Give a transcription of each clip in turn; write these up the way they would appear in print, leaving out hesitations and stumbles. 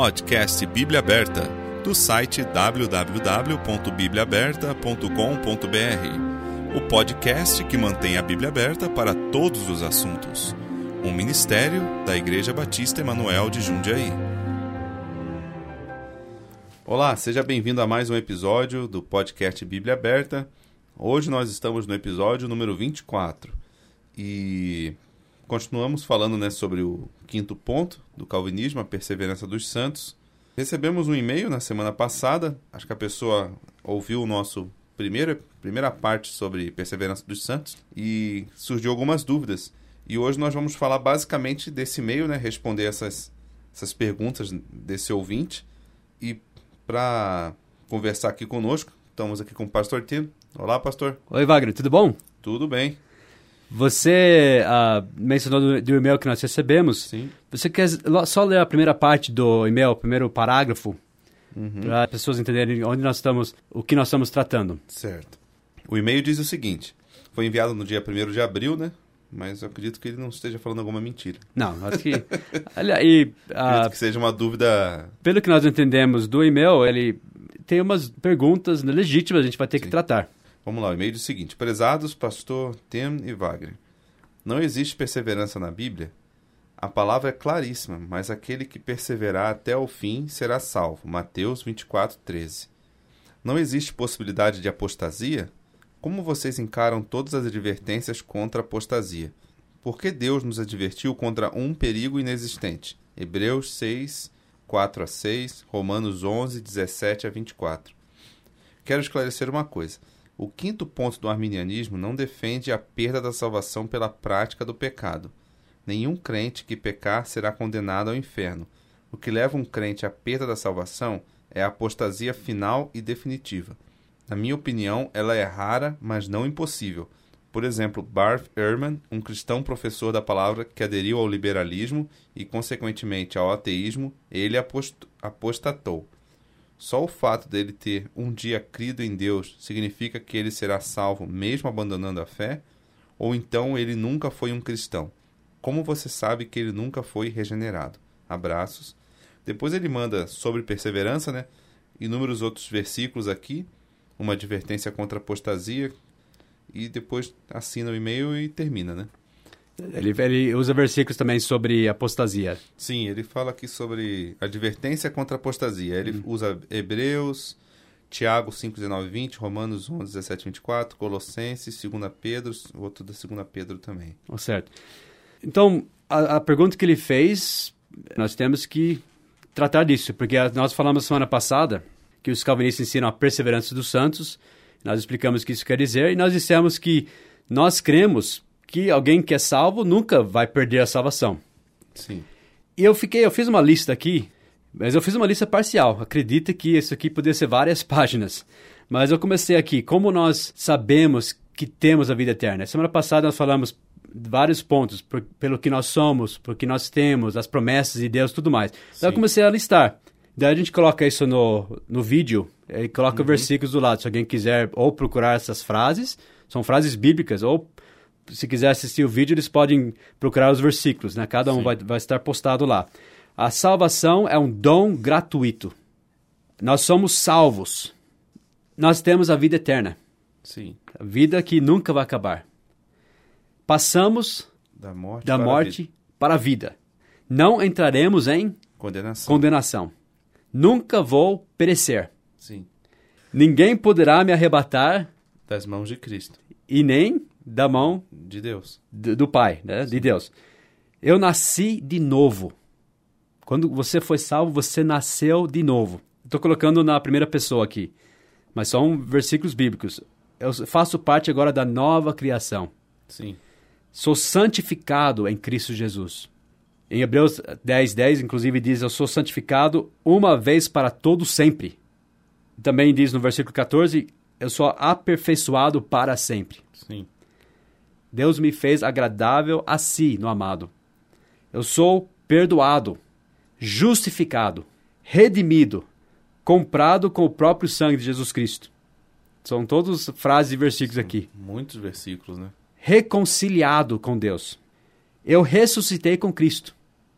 Podcast Bíblia Aberta, do site www.bibliaaberta.com.br. O podcast que mantém a Bíblia aberta para todos os assuntos. Um ministério da Igreja Batista Emanuel de Jundiaí. Olá, seja bem-vindo a mais um episódio do podcast Bíblia Aberta. Hoje nós estamos no episódio número 24 e continuamos falando sobre o quinto ponto do calvinismo, a perseverança dos santos. Recebemos um e-mail na semana passada, acho que a pessoa ouviu o nosso primeira parte sobre perseverança dos santos e surgiu algumas dúvidas. E hoje nós vamos falar basicamente desse e-mail, responder essas perguntas desse ouvinte. E para conversar aqui conosco, estamos aqui com o pastor Tim. Olá, pastor. Oi, Wagner, tudo bom? Tudo bem. Você mencionou do e-mail que nós recebemos. Sim. Você quer só ler a primeira parte do e-mail, o primeiro parágrafo, para as pessoas entenderem onde nós estamos, o que nós estamos tratando? Certo. O e-mail diz o seguinte: foi enviado no dia 1º de abril, mas eu acredito que ele não esteja falando alguma mentira. Não, acho que... acredito que seja uma dúvida... Pelo que nós entendemos do e-mail, ele tem umas perguntas legítimas, a gente vai ter que tratar. Vamos lá, o e-mail diz o seguinte: prezados pastor Tim e Wagner, não existe perseverança na Bíblia? A palavra é claríssima, mas aquele que perseverar até o fim será salvo. Mateus 24:13. Não existe possibilidade de apostasia? Como vocês encaram todas as advertências contra a apostasia? Por que Deus nos advertiu contra um perigo inexistente? Hebreus 6, 4-6, Romanos 11, 17-24. Quero esclarecer uma coisa. O quinto ponto do arminianismo não defende a perda da salvação pela prática do pecado. Nenhum crente que pecar será condenado ao inferno. O que leva um crente à perda da salvação é a apostasia final e definitiva. Na minha opinião, ela é rara, mas não impossível. Por exemplo, Bart Ehrman, um cristão professor da palavra que aderiu ao liberalismo e, consequentemente, ao ateísmo, ele apostatou. Só o fato dele ter um dia crido em Deus significa que ele será salvo mesmo abandonando a fé? Ou então ele nunca foi um cristão? Como você sabe que ele nunca foi regenerado? Abraços. Depois ele manda sobre perseverança, inúmeros outros versículos aqui, uma advertência contra a apostasia, e depois assina o e-mail e termina, Ele usa versículos também sobre apostasia. Sim, ele fala aqui sobre advertência contra a apostasia. Ele usa Hebreus, Tiago 5, 19 e 20, Romanos 11, 17 e 24, Colossenses, 2 Pedro, outro da 2 Pedro também. Certo. Então, a pergunta que ele fez, nós temos que tratar disso, porque nós falamos semana passada que os calvinistas ensinam a perseverança dos santos, nós explicamos o que isso quer dizer, e nós dissemos que nós cremos que alguém que é salvo nunca vai perder a salvação. Sim. E eu fiz uma lista aqui, mas eu fiz uma lista parcial. Acredita que isso aqui poderia ser várias páginas. Mas eu comecei aqui, como nós sabemos que temos a vida eterna. Semana passada nós falamos vários pontos, pelo que nós somos, por que nós temos, as promessas de Deus e tudo mais. Então eu comecei a listar. Daí a gente coloca isso no vídeo, e coloca versículos do lado. Se alguém quiser ou procurar essas frases, são frases bíblicas, ou se quiser assistir o vídeo, eles podem procurar os versículos, Cada um vai estar postado lá. A salvação é um dom gratuito. Nós somos salvos. Nós temos a vida eterna. Sim. A vida que nunca vai acabar. Passamos da morte para a vida. Não entraremos em condenação. Nunca vou perecer. Sim. Ninguém poderá me arrebatar das mãos de Cristo. E nem da mão de Deus. Do Pai, de Deus. Eu nasci de novo. Quando você foi salvo, você nasceu de novo. Estou colocando na primeira pessoa aqui, mas são versículos bíblicos. Eu faço parte agora da nova criação. Sim. Sou santificado em Cristo Jesus. Em Hebreus 10:10, inclusive, diz: eu sou santificado uma vez para todo sempre. Também diz no versículo 14: eu sou aperfeiçoado para sempre. Sim. Deus me fez agradável a si, no amado. Eu sou perdoado, justificado, redimido, comprado com o próprio sangue de Jesus Cristo. São todas frases e versículos aqui. Muitos versículos, Reconciliado com Deus. Eu ressuscitei com Cristo.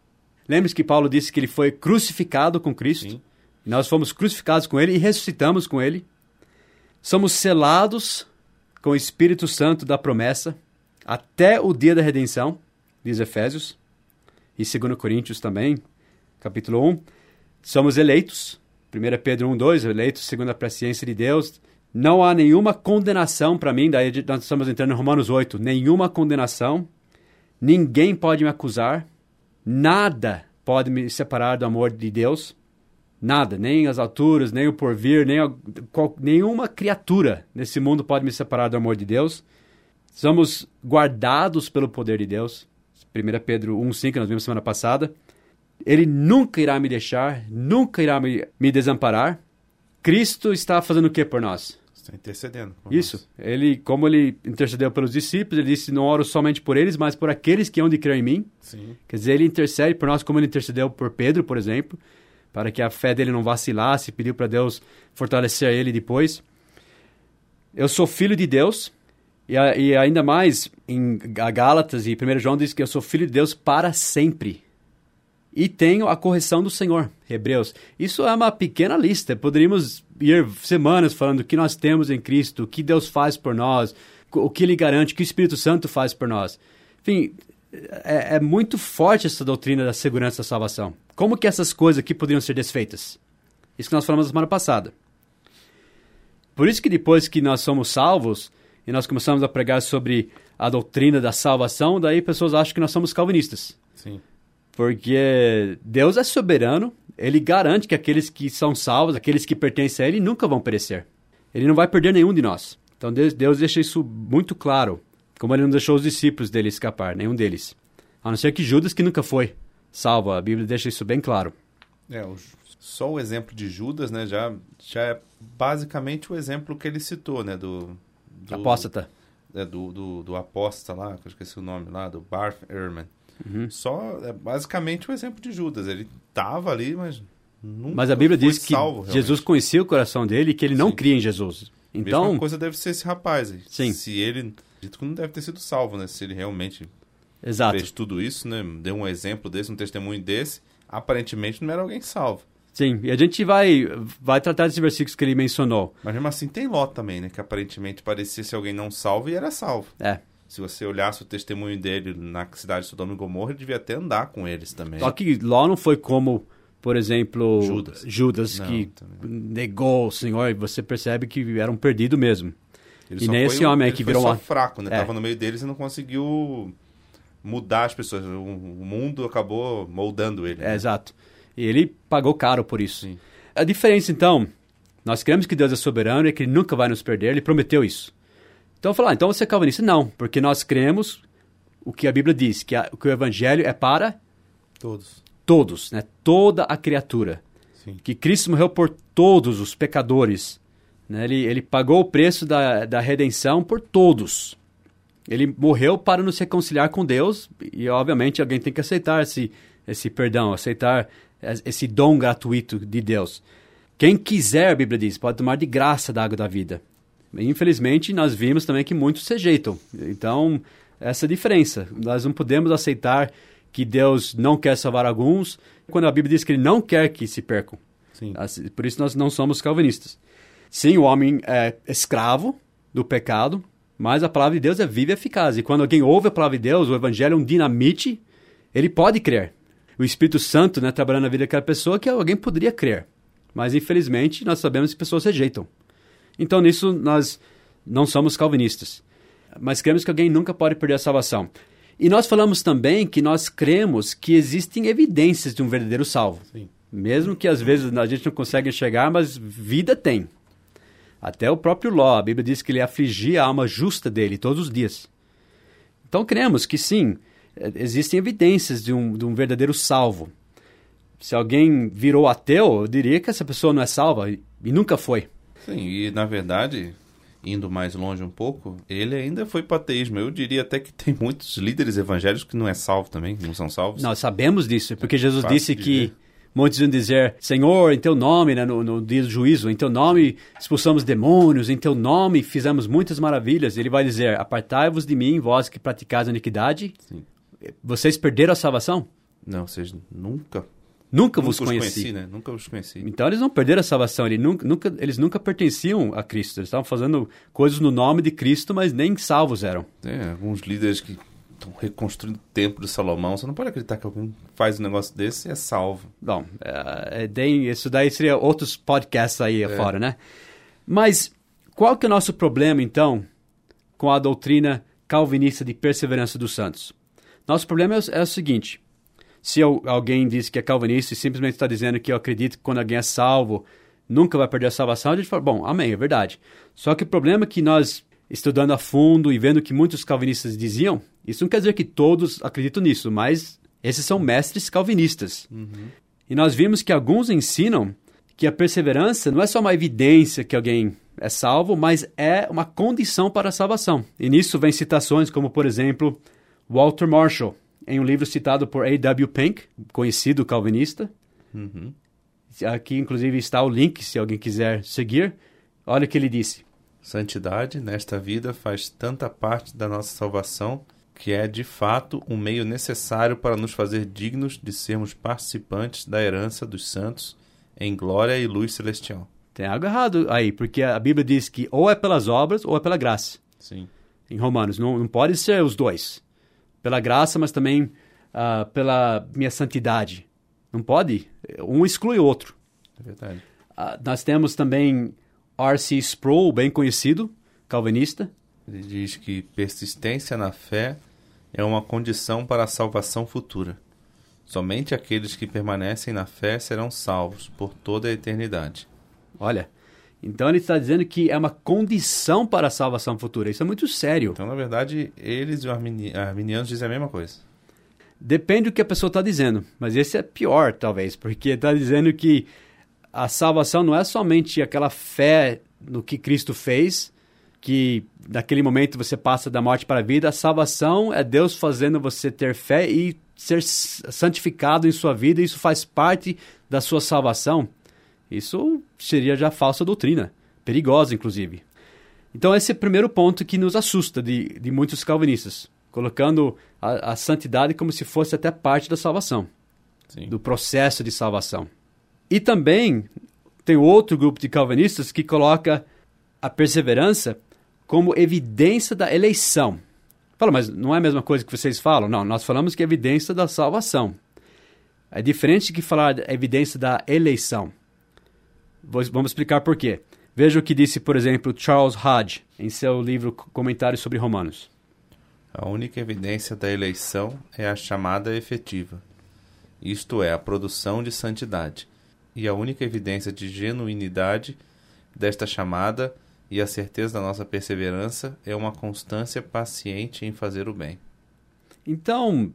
Lembre-se que Paulo disse que ele foi crucificado com Cristo. Sim. Nós fomos crucificados com ele e ressuscitamos com ele. Somos selados com o Espírito Santo da promessa até o dia da redenção, diz Efésios. E 2 Coríntios também, capítulo 1. Somos eleitos. 1 Pedro 1:2, eleitos segundo a presciência de Deus. Não há nenhuma condenação para mim. Daí nós estamos entrando em Romanos 8. Nenhuma condenação. Ninguém pode me acusar. Nada pode me separar do amor de Deus. Nada, nem as alturas, nem o porvir, nenhuma criatura nesse mundo pode me separar do amor de Deus. Somos guardados pelo poder de Deus. 1 Pedro 1:5, que nós vimos semana passada. Ele nunca irá me deixar, nunca irá me desamparar. Cristo está fazendo o que por nós? Está intercedendo. Isso. Como ele intercedeu pelos discípulos, ele disse, não oro somente por eles, mas por aqueles que hão de crer em mim. Sim. Quer dizer, ele intercede por nós como ele intercedeu por Pedro, por exemplo, para que a fé dele não vacilasse, pediu para Deus fortalecer ele depois. Eu sou filho de Deus, e ainda mais em Gálatas e 1 João diz que eu sou filho de Deus para sempre. E tenho a correção do Senhor, Hebreus. Isso é uma pequena lista, poderíamos ir semanas falando o que nós temos em Cristo, o que Deus faz por nós, o que Ele garante, o que o Espírito Santo faz por nós. Enfim, é muito forte essa doutrina da segurança da salvação. Como que essas coisas aqui poderiam ser desfeitas? Isso que nós falamos na semana passada. Por isso que depois que nós somos salvos e nós começamos a pregar sobre a doutrina da salvação, daí pessoas acham que nós somos calvinistas. Sim. Porque Deus é soberano, Ele garante que aqueles que são salvos, aqueles que pertencem a Ele, nunca vão perecer. Ele não vai perder nenhum de nós. Então Deus deixa isso muito claro, como Ele não deixou os discípulos dele escapar, nenhum deles. A não ser que Judas, que nunca foi salvo, a Bíblia deixa isso bem claro. Só o exemplo de Judas, né, já é basicamente o exemplo que ele citou, né, do apóstata. Do apóstata lá, que eu esqueci o nome lá, do Barth Ehrman. Uhum. Só é basicamente o exemplo de Judas. Ele estava ali, mas nunca Mas a Bíblia diz que salvo, Jesus conhecia o coração dele e que ele não Sim. cria em Jesus. Então, mesma coisa deve ser esse rapaz aí. Sim. Se ele, dito que não deve ter sido salvo, né? Se ele realmente exato. fez tudo isso, né? Deu um exemplo desse, um testemunho desse, aparentemente não era alguém salvo. Sim, e a gente vai tratar desses versículos que ele mencionou. Mas mesmo assim tem Ló também, né? Que aparentemente parecia ser alguém não salvo e era salvo. É. Se você olhasse o testemunho dele na cidade de Sodoma e Gomorra, ele devia até andar com eles também. Só que Ló não foi como, por exemplo, Judas Não, que também. negou o Senhor, e você percebe que era um perdido mesmo. Ele E só nem foi esse homem aí que virou só uma... fraco, né? É. Tava no meio deles e não conseguiu mudar as pessoas. O mundo acabou moldando ele. É, né? exato. E ele pagou caro por isso. Sim. A diferença, então, nós cremos que Deus é soberano e que Ele nunca vai nos perder, Ele prometeu isso. Então, eu vou falar, então você é calvinista? Não, porque nós cremos o que a Bíblia diz, que o Evangelho é para todos, né? Toda a criatura. Sim. Que Cristo morreu por todos os pecadores. Né? Ele pagou o preço da redenção por todos. Ele morreu para nos reconciliar com Deus e, obviamente, alguém tem que aceitar esse perdão, aceitar esse dom gratuito de Deus. Quem quiser, a Bíblia diz, pode tomar de graça da água da vida. Infelizmente, nós vimos também que muitos se rejeitam. Então, essa é a diferença. Nós não podemos aceitar que Deus não quer salvar alguns, quando a Bíblia diz que Ele não quer que se percam. Sim. Por isso, nós não somos calvinistas. Sim, o homem é escravo do pecado, mas a palavra de Deus é viva e eficaz. E quando alguém ouve a palavra de Deus, o Evangelho é um dinamite, ele pode crer. O Espírito Santo, né, trabalhando na vida daquela pessoa, que alguém poderia crer. Mas, infelizmente, nós sabemos que pessoas rejeitam. Então, nisso, nós não somos calvinistas. Mas cremos que alguém nunca pode perder a salvação. E nós falamos também que nós cremos que existem evidências de um verdadeiro salvo. Sim. Mesmo que, às vezes, a gente não consegue enxergar, mas vida tem. Até o próprio Ló, a Bíblia diz que ele afligia a alma justa dele todos os dias. Então, cremos que, sim, existem evidências de um verdadeiro salvo. Se alguém virou ateu, eu diria que essa pessoa não é salva e nunca foi. Sim, e na verdade, indo mais longe um pouco, ele ainda foi para ateísmo. Eu diria até que tem muitos líderes evangélicos que não é salvo também, não são salvos. Nós sabemos disso, porque Jesus Fácil disse de que ver. muitos iam dizer, Senhor, em teu nome, né, no dia do juízo, em teu nome expulsamos demônios, em teu nome fizemos muitas maravilhas. Ele vai dizer, apartai-vos de mim, vós que praticais a iniquidade. Sim. Vocês perderam a salvação? Não, vocês nunca vos conheci. Né? Nunca os conheci. Então eles não perderam a salvação, eles nunca pertenciam a Cristo. Eles estavam fazendo coisas no nome de Cristo, mas nem salvos eram. Tem alguns líderes que estão reconstruindo o templo de Salomão. Você não pode acreditar que alguém faz um negócio desse e é salvo. Bom, isso daí seria outros podcasts aí fora, né? Mas qual que é o nosso problema, então, com a doutrina calvinista de perseverança dos santos? Nosso problema é o seguinte: se alguém diz que é calvinista e simplesmente está dizendo que eu acredito que quando alguém é salvo, nunca vai perder a salvação, a gente fala, bom, amém, é verdade. Só que o problema é que nós, estudando a fundo e vendo o que muitos calvinistas diziam, isso não quer dizer que todos acreditam nisso, mas esses são mestres calvinistas. Uhum. E nós vimos que alguns ensinam que a perseverança não é só uma evidência que alguém é salvo, mas é uma condição para a salvação. E nisso vem citações como, por exemplo, Walter Marshall, em um livro citado por A.W. Pink, conhecido calvinista. Uhum. Aqui, inclusive, está o link, se alguém quiser seguir. Olha o que ele disse. Santidade, nesta vida, faz tanta parte da nossa salvação que é, de fato, um meio necessário para nos fazer dignos de sermos participantes da herança dos santos em glória e luz celestial. Tem algo errado aí, porque a Bíblia diz que ou é pelas obras ou é pela graça. Sim. Em Romanos, não pode ser os dois. Pela graça, mas também pela minha santidade. Não pode. Um exclui o outro. É verdade. Nós temos também R.C. Sproul, bem conhecido, calvinista. Ele diz que persistência na fé é uma condição para a salvação futura. Somente aqueles que permanecem na fé serão salvos por toda a eternidade. Olha, então ele está dizendo que é uma condição para a salvação futura. Isso é muito sério. Então, na verdade, eles e os arminianos dizem a mesma coisa. Depende do que a pessoa está dizendo, mas esse é pior, talvez, porque está dizendo que a salvação não é somente aquela fé no que Cristo fez, que naquele momento você passa da morte para a vida. A salvação é Deus fazendo você ter fé e ser santificado em sua vida, isso faz parte da sua salvação. Isso seria já falsa doutrina, perigosa, inclusive. Então, esse é o primeiro ponto que nos assusta de muitos calvinistas, colocando a santidade como se fosse até parte da salvação, Sim. do processo de salvação. E também tem outro grupo de calvinistas que coloca a perseverança como evidência da eleição. Fala, mas não é a mesma coisa que vocês falam? Não, nós falamos que é evidência da salvação. É diferente de falar da evidência da eleição. Vamos explicar por quê. Veja o que disse, por exemplo, Charles Hodge, em seu livro Comentários sobre Romanos. A única evidência da eleição é a chamada efetiva, isto é, a produção de santidade. E a única evidência de genuinidade desta chamada e a certeza da nossa perseverança é uma constância paciente em fazer o bem. Então,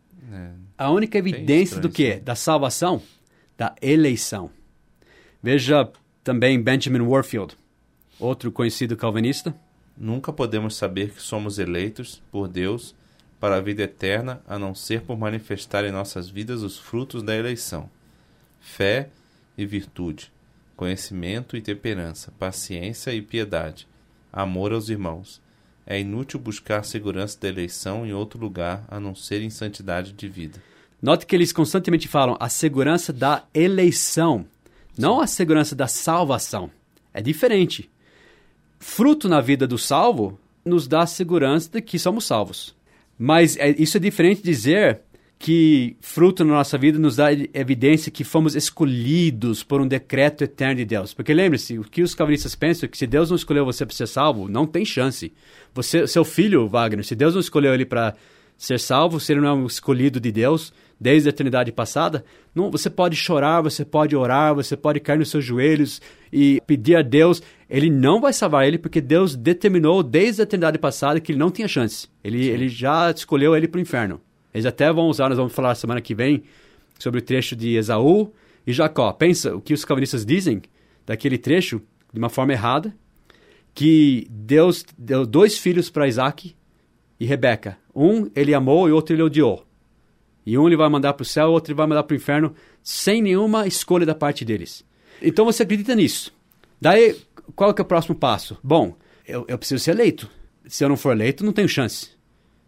a única evidência do quê? Da salvação? Da eleição. Veja também Benjamin Warfield, outro conhecido calvinista. Nunca podemos saber que somos eleitos por Deus para a vida eterna, a não ser por manifestar em nossas vidas os frutos da eleição: fé e virtude, conhecimento e temperança, paciência e piedade, amor aos irmãos. É inútil buscar segurança da eleição em outro lugar, a não ser em santidade de vida. Note que eles constantemente falam a segurança da eleição, não a segurança da salvação. É diferente. Fruto na vida do salvo nos dá a segurança de que somos salvos. Mas isso é diferente de dizer que fruto na nossa vida nos dá evidência que fomos escolhidos por um decreto eterno de Deus. Porque lembre-se, o que os calvinistas pensam é que se Deus não escolheu você para ser salvo, não tem chance. Seu filho, Wagner, se Deus não escolheu ele para ser salvo, se ele não é um escolhido de Deus desde a eternidade passada, não, você pode chorar, você pode orar, você pode cair nos seus joelhos e pedir a Deus. Ele não vai salvar ele porque Deus determinou desde a eternidade passada que ele não tinha chance. Ele já escolheu ele para o inferno. Eles até vão usar, nós vamos falar semana que vem sobre o trecho de Esaú e Jacó. Pensa o que os calvinistas dizem daquele trecho de uma forma errada, que Deus deu 2 filhos para Isaac e Rebeca. Um ele amou e outro ele odiou. E um ele vai mandar para o céu, o outro ele vai mandar para o inferno, sem nenhuma escolha da parte deles. Então você acredita nisso. Daí, qual que é o próximo passo? Bom, eu preciso ser eleito. Se eu não for eleito, não tenho chance.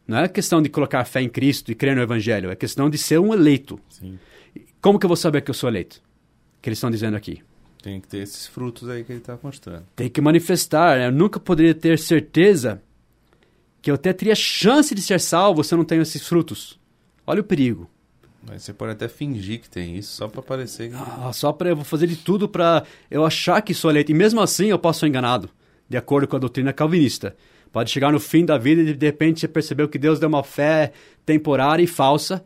Não é questão de colocar fé em Cristo e crer no Evangelho. É questão de ser um eleito. Sim. Como que eu vou saber que eu sou eleito? Que eles estão dizendo aqui. Tem que ter esses frutos aí que ele está mostrando. Tem que manifestar. Eu nunca poderia ter certeza que eu até teria chance de ser salvo se eu não tenho esses frutos. Olha o perigo. Mas você pode até fingir que tem isso, só para parecer que... Só para eu vou fazer de tudo para eu achar que sou eleito. E mesmo assim eu posso ser enganado, de acordo com a doutrina calvinista. Pode chegar no fim da vida e de repente você percebeu que Deus deu uma fé temporária e falsa.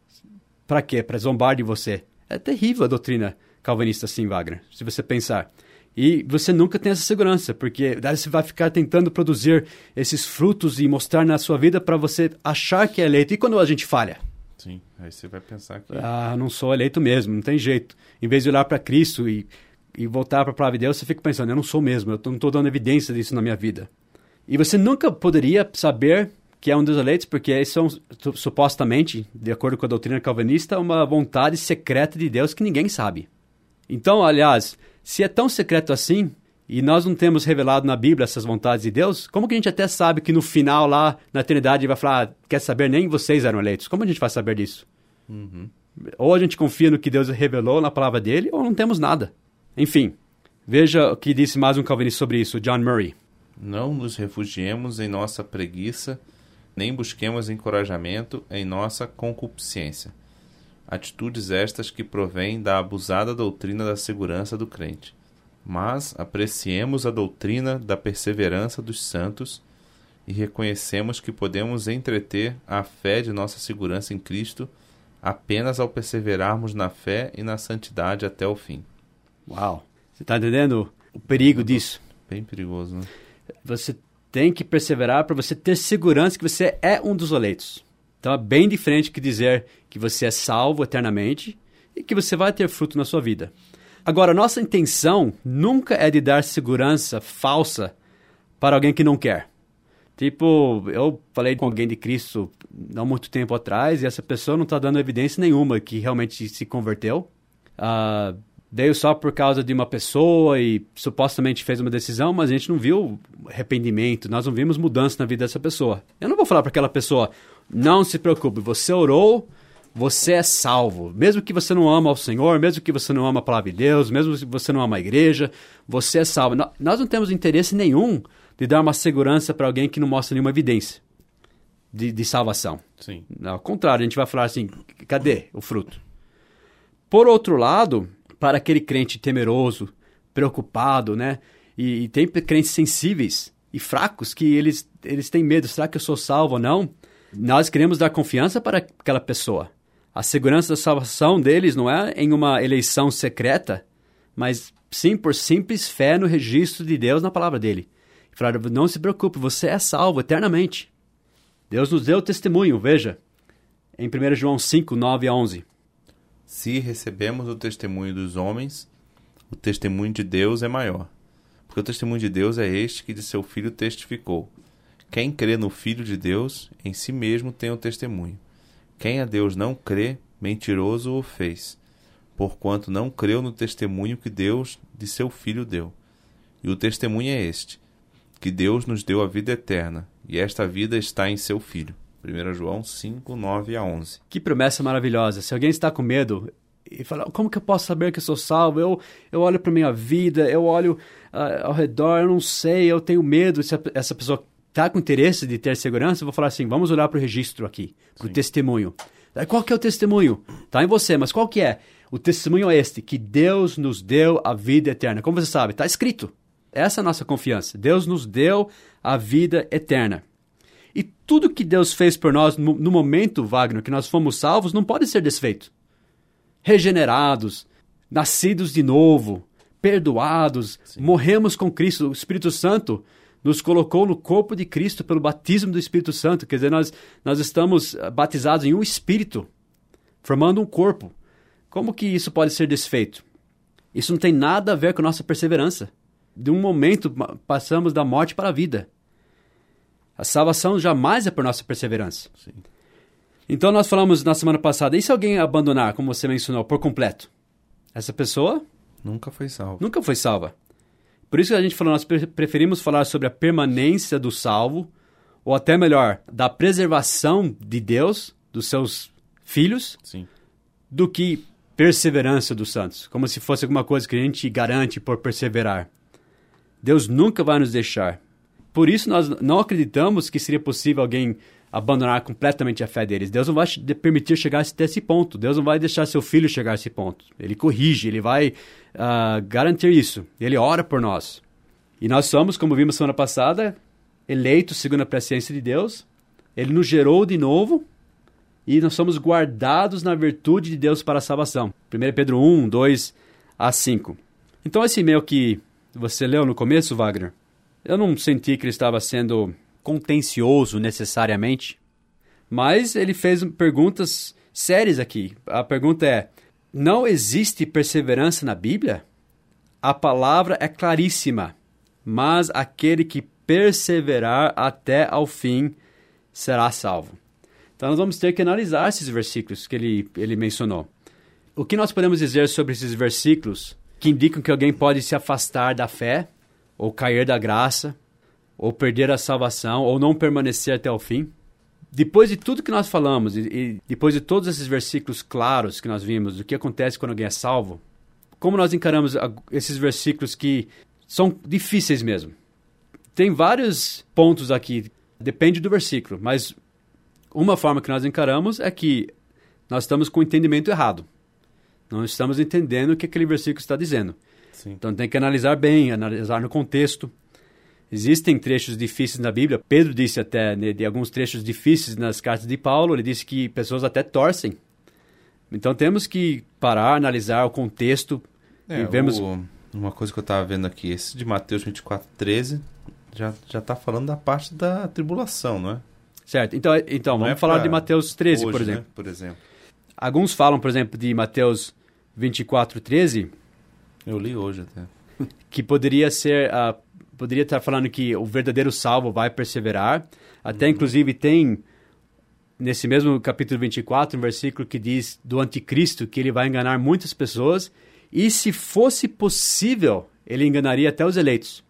Para quê? Para zombar de você. É terrível a doutrina calvinista assim, Wagner, se você pensar. E você nunca tem essa segurança, porque daí você vai ficar tentando produzir esses frutos e mostrar na sua vida para você achar que é eleito. E quando a gente falha? Sim, aí você vai pensar que... não sou eleito mesmo, não tem jeito. Em vez de olhar para Cristo e voltar para a palavra de Deus, você fica pensando, eu não sou mesmo, eu não estou dando evidência disso na minha vida. E você nunca poderia saber que é um dos eleitos, porque isso é supostamente, de acordo com a doutrina calvinista, uma vontade secreta de Deus que ninguém sabe. Então, aliás, se é tão secreto assim, e nós não temos revelado na Bíblia essas vontades de Deus, como que a gente até sabe que no final, lá na eternidade, ele vai falar, quer saber, nem vocês eram eleitos? Como a gente vai saber disso? Uhum. Ou a gente confia no que Deus revelou na palavra dele, ou não temos nada. Enfim, veja o que disse mais um calvinista sobre isso, John Murray. Não nos refugiemos em nossa preguiça, nem busquemos encorajamento em nossa concupiscência. Atitudes estas que provêm da abusada doutrina da segurança do crente. Mas apreciemos a doutrina da perseverança dos santos e reconhecemos que podemos entreter a fé de nossa segurança em Cristo apenas ao perseverarmos na fé e na santidade até o fim. Uau! Você está entendendo o perigo disso? Bem perigoso, né? Você tem que perseverar para você ter segurança que você é um dos eleitos. Então é bem diferente que dizer que você é salvo eternamente e que você vai ter fruto na sua vida. Agora, nossa intenção nunca é de dar segurança falsa para alguém que não quer. Tipo, eu falei com alguém de Cristo não muito tempo atrás e essa pessoa não está dando evidência nenhuma que realmente se converteu. Veio só por causa de uma pessoa e supostamente fez uma decisão, mas a gente não viu arrependimento, nós não vimos mudança na vida dessa pessoa. Eu não vou falar para aquela pessoa, não se preocupe, você orou, você é salvo. Mesmo que você não ama o Senhor, mesmo que você não ama a palavra de Deus, mesmo que você não ama a igreja, você é salvo. Nós não temos interesse nenhum de dar uma segurança para alguém que não mostra nenhuma evidência de salvação. Sim. Ao contrário, a gente vai falar assim, cadê o fruto? Por outro lado, para aquele crente temeroso, preocupado, né? E tem crentes sensíveis e fracos que eles têm medo. Será que eu sou salvo ou não? Nós queremos dar confiança para aquela pessoa. A segurança da salvação deles não é em uma eleição secreta, mas sim por simples fé no registro de Deus na palavra dele. E falar, não se preocupe, você é salvo eternamente. Deus nos deu testemunho, veja, em 1 João 5, 9 a 11. Se recebemos o testemunho dos homens, o testemunho de Deus é maior. Porque o testemunho de Deus é este que de seu Filho testificou. Quem crê no Filho de Deus, em si mesmo tem o testemunho. Quem a Deus não crê, mentiroso o fez, porquanto não creu no testemunho que Deus de seu Filho deu. E o testemunho é este, que Deus nos deu a vida eterna, e esta vida está em seu Filho. 1 João 5, 9 a 11. Que promessa maravilhosa. Se alguém está com medo e fala, como que eu posso saber que eu sou salvo? Eu olho para a minha vida, eu olho ao redor, eu não sei, eu tenho medo. Se essa pessoa está com interesse de ter segurança, eu vou falar assim, vamos olhar para o registro aqui, para o testemunho. Qual que é o testemunho? Está em você, mas qual que é? O testemunho é este, que Deus nos deu a vida eterna. Como você sabe? Está escrito. Essa é a nossa confiança. Deus nos deu a vida eterna. E tudo que Deus fez por nós no momento, Wagner, que nós fomos salvos, não pode ser desfeito. Regenerados, nascidos de novo, perdoados, morremos com Cristo. O Espírito Santo nos colocou no corpo de Cristo pelo batismo do Espírito Santo. Quer dizer, nós estamos batizados em um Espírito, formando um corpo. Como que isso pode ser desfeito? Isso não tem nada a ver com a nossa perseverança. De um momento, passamos da morte para a vida. A salvação jamais é por nossa perseverança. Sim. Então nós falamos na semana passada, e se alguém abandonar, como você mencionou, por completo? Essa pessoa nunca foi salva. Nunca foi salva. Por isso que a gente falou, nós preferimos falar sobre a permanência do salvo, ou até melhor, da preservação de Deus, dos seus filhos, Sim. do que perseverança dos santos, como se fosse alguma coisa que a gente garante por perseverar. Deus nunca vai nos deixar. Por isso nós não acreditamos que seria possível alguém abandonar completamente a fé deles. Deus não vai permitir chegar até esse ponto. Deus não vai deixar seu filho chegar a esse ponto. Ele corrige, ele vai garantir isso. Ele ora por nós. E nós somos, como vimos semana passada, eleitos segundo a presciência de Deus. Ele nos gerou de novo e nós somos guardados na virtude de Deus para a salvação. 1 Pedro 1, 2 a 5. Então esse e-mail que você leu no começo, Wagner, eu não senti que ele estava sendo contencioso necessariamente, mas ele fez perguntas sérias aqui. A pergunta é: não existe perseverança na Bíblia? A palavra é claríssima, mas aquele que perseverar até ao fim será salvo. Então nós vamos ter que analisar esses versículos que ele mencionou. O que nós podemos dizer sobre esses versículos que indicam que alguém pode se afastar da fé, ou cair da graça, ou perder a salvação, ou não permanecer até o fim? Depois de tudo que nós falamos, e depois de todos esses versículos claros que nós vimos, do que acontece quando alguém é salvo, como nós encaramos esses versículos que são difíceis mesmo? Tem vários pontos aqui, depende do versículo, mas uma forma que nós encaramos é que nós estamos com o entendimento errado. Não estamos entendendo o que aquele versículo está dizendo. Sim. Então tem que analisar bem, analisar no contexto. Existem trechos difíceis na Bíblia. Pedro disse até, né, de alguns trechos difíceis nas cartas de Paulo, ele disse que pessoas até torcem. Então temos que parar, analisar o contexto. E vemos... Uma coisa que eu estava vendo aqui, esse de Mateus 24:13, já está falando da parte da tribulação, não é? Certo. Então vamos falar de Mateus 13, hoje, por exemplo. Né? Por exemplo. Alguns falam, por exemplo, de Mateus 24:13. Eu li hoje até. Que poderia ser... poderia estar falando que o verdadeiro salvo vai perseverar. Até, inclusive, tem, nesse mesmo capítulo 24, um versículo que diz do anticristo que ele vai enganar muitas pessoas e, se fosse possível, ele enganaria até os eleitos.